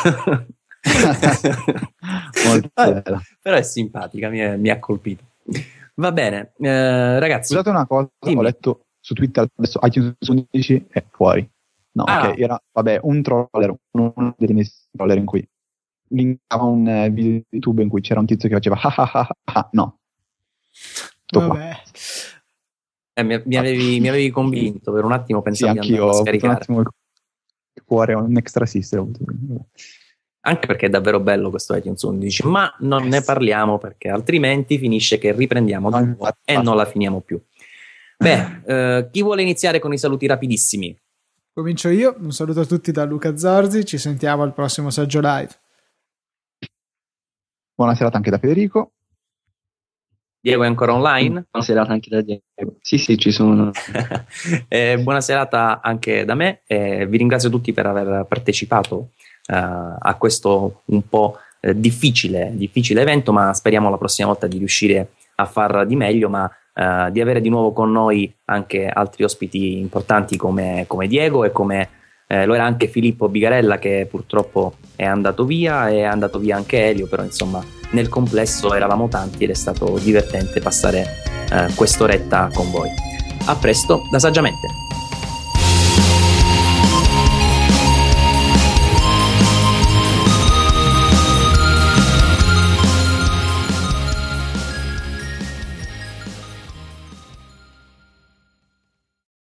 Molto Vabbè, bella. però è simpatica, mi, è, mi ha colpito. Va bene, eh, ragazzi, Scusate una cosa, dimmi. Ho letto su Twitter adesso iTunes undici è fuori. No, Ah. ok, era vabbè un troller, uno dei miei troller in cui linkava un eh, video di YouTube in cui c'era un tizio che faceva ah ah ah ah, no. Tutto qua. Vabbè. Eh, mi, mi, avevi, mi avevi convinto per un attimo, Sì, pensavo di anch'io andarla a ho avuto un scaricare. attimo il il cuore è un extra system. Anche perché è davvero bello questo iTunes undici, ma non ne parliamo perché altrimenti finisce che riprendiamo No, di nuovo infatti, e non la finiamo più. Beh, eh, chi vuole iniziare con i saluti rapidissimi? Comincio io, un saluto a tutti da Luca Zorzi, ci sentiamo al prossimo Saggio Live. Buona serata anche da Federico. Diego è ancora online? Buona serata anche da Diego. Sì, sì, ci sono. eh, buona serata anche da me. Eh, vi ringrazio tutti per aver partecipato eh, a questo un po' eh, difficile, difficile evento, ma speriamo la prossima volta di riuscire a far di meglio, ma eh, di avere di nuovo con noi anche altri ospiti importanti come, come Diego e come eh, lo era anche Filippo Bigarella, che purtroppo è andato via, e è andato via anche Elio, però insomma nel complesso eravamo tanti ed è stato divertente passare eh, quest'oretta con voi. A presto da Saggiamente.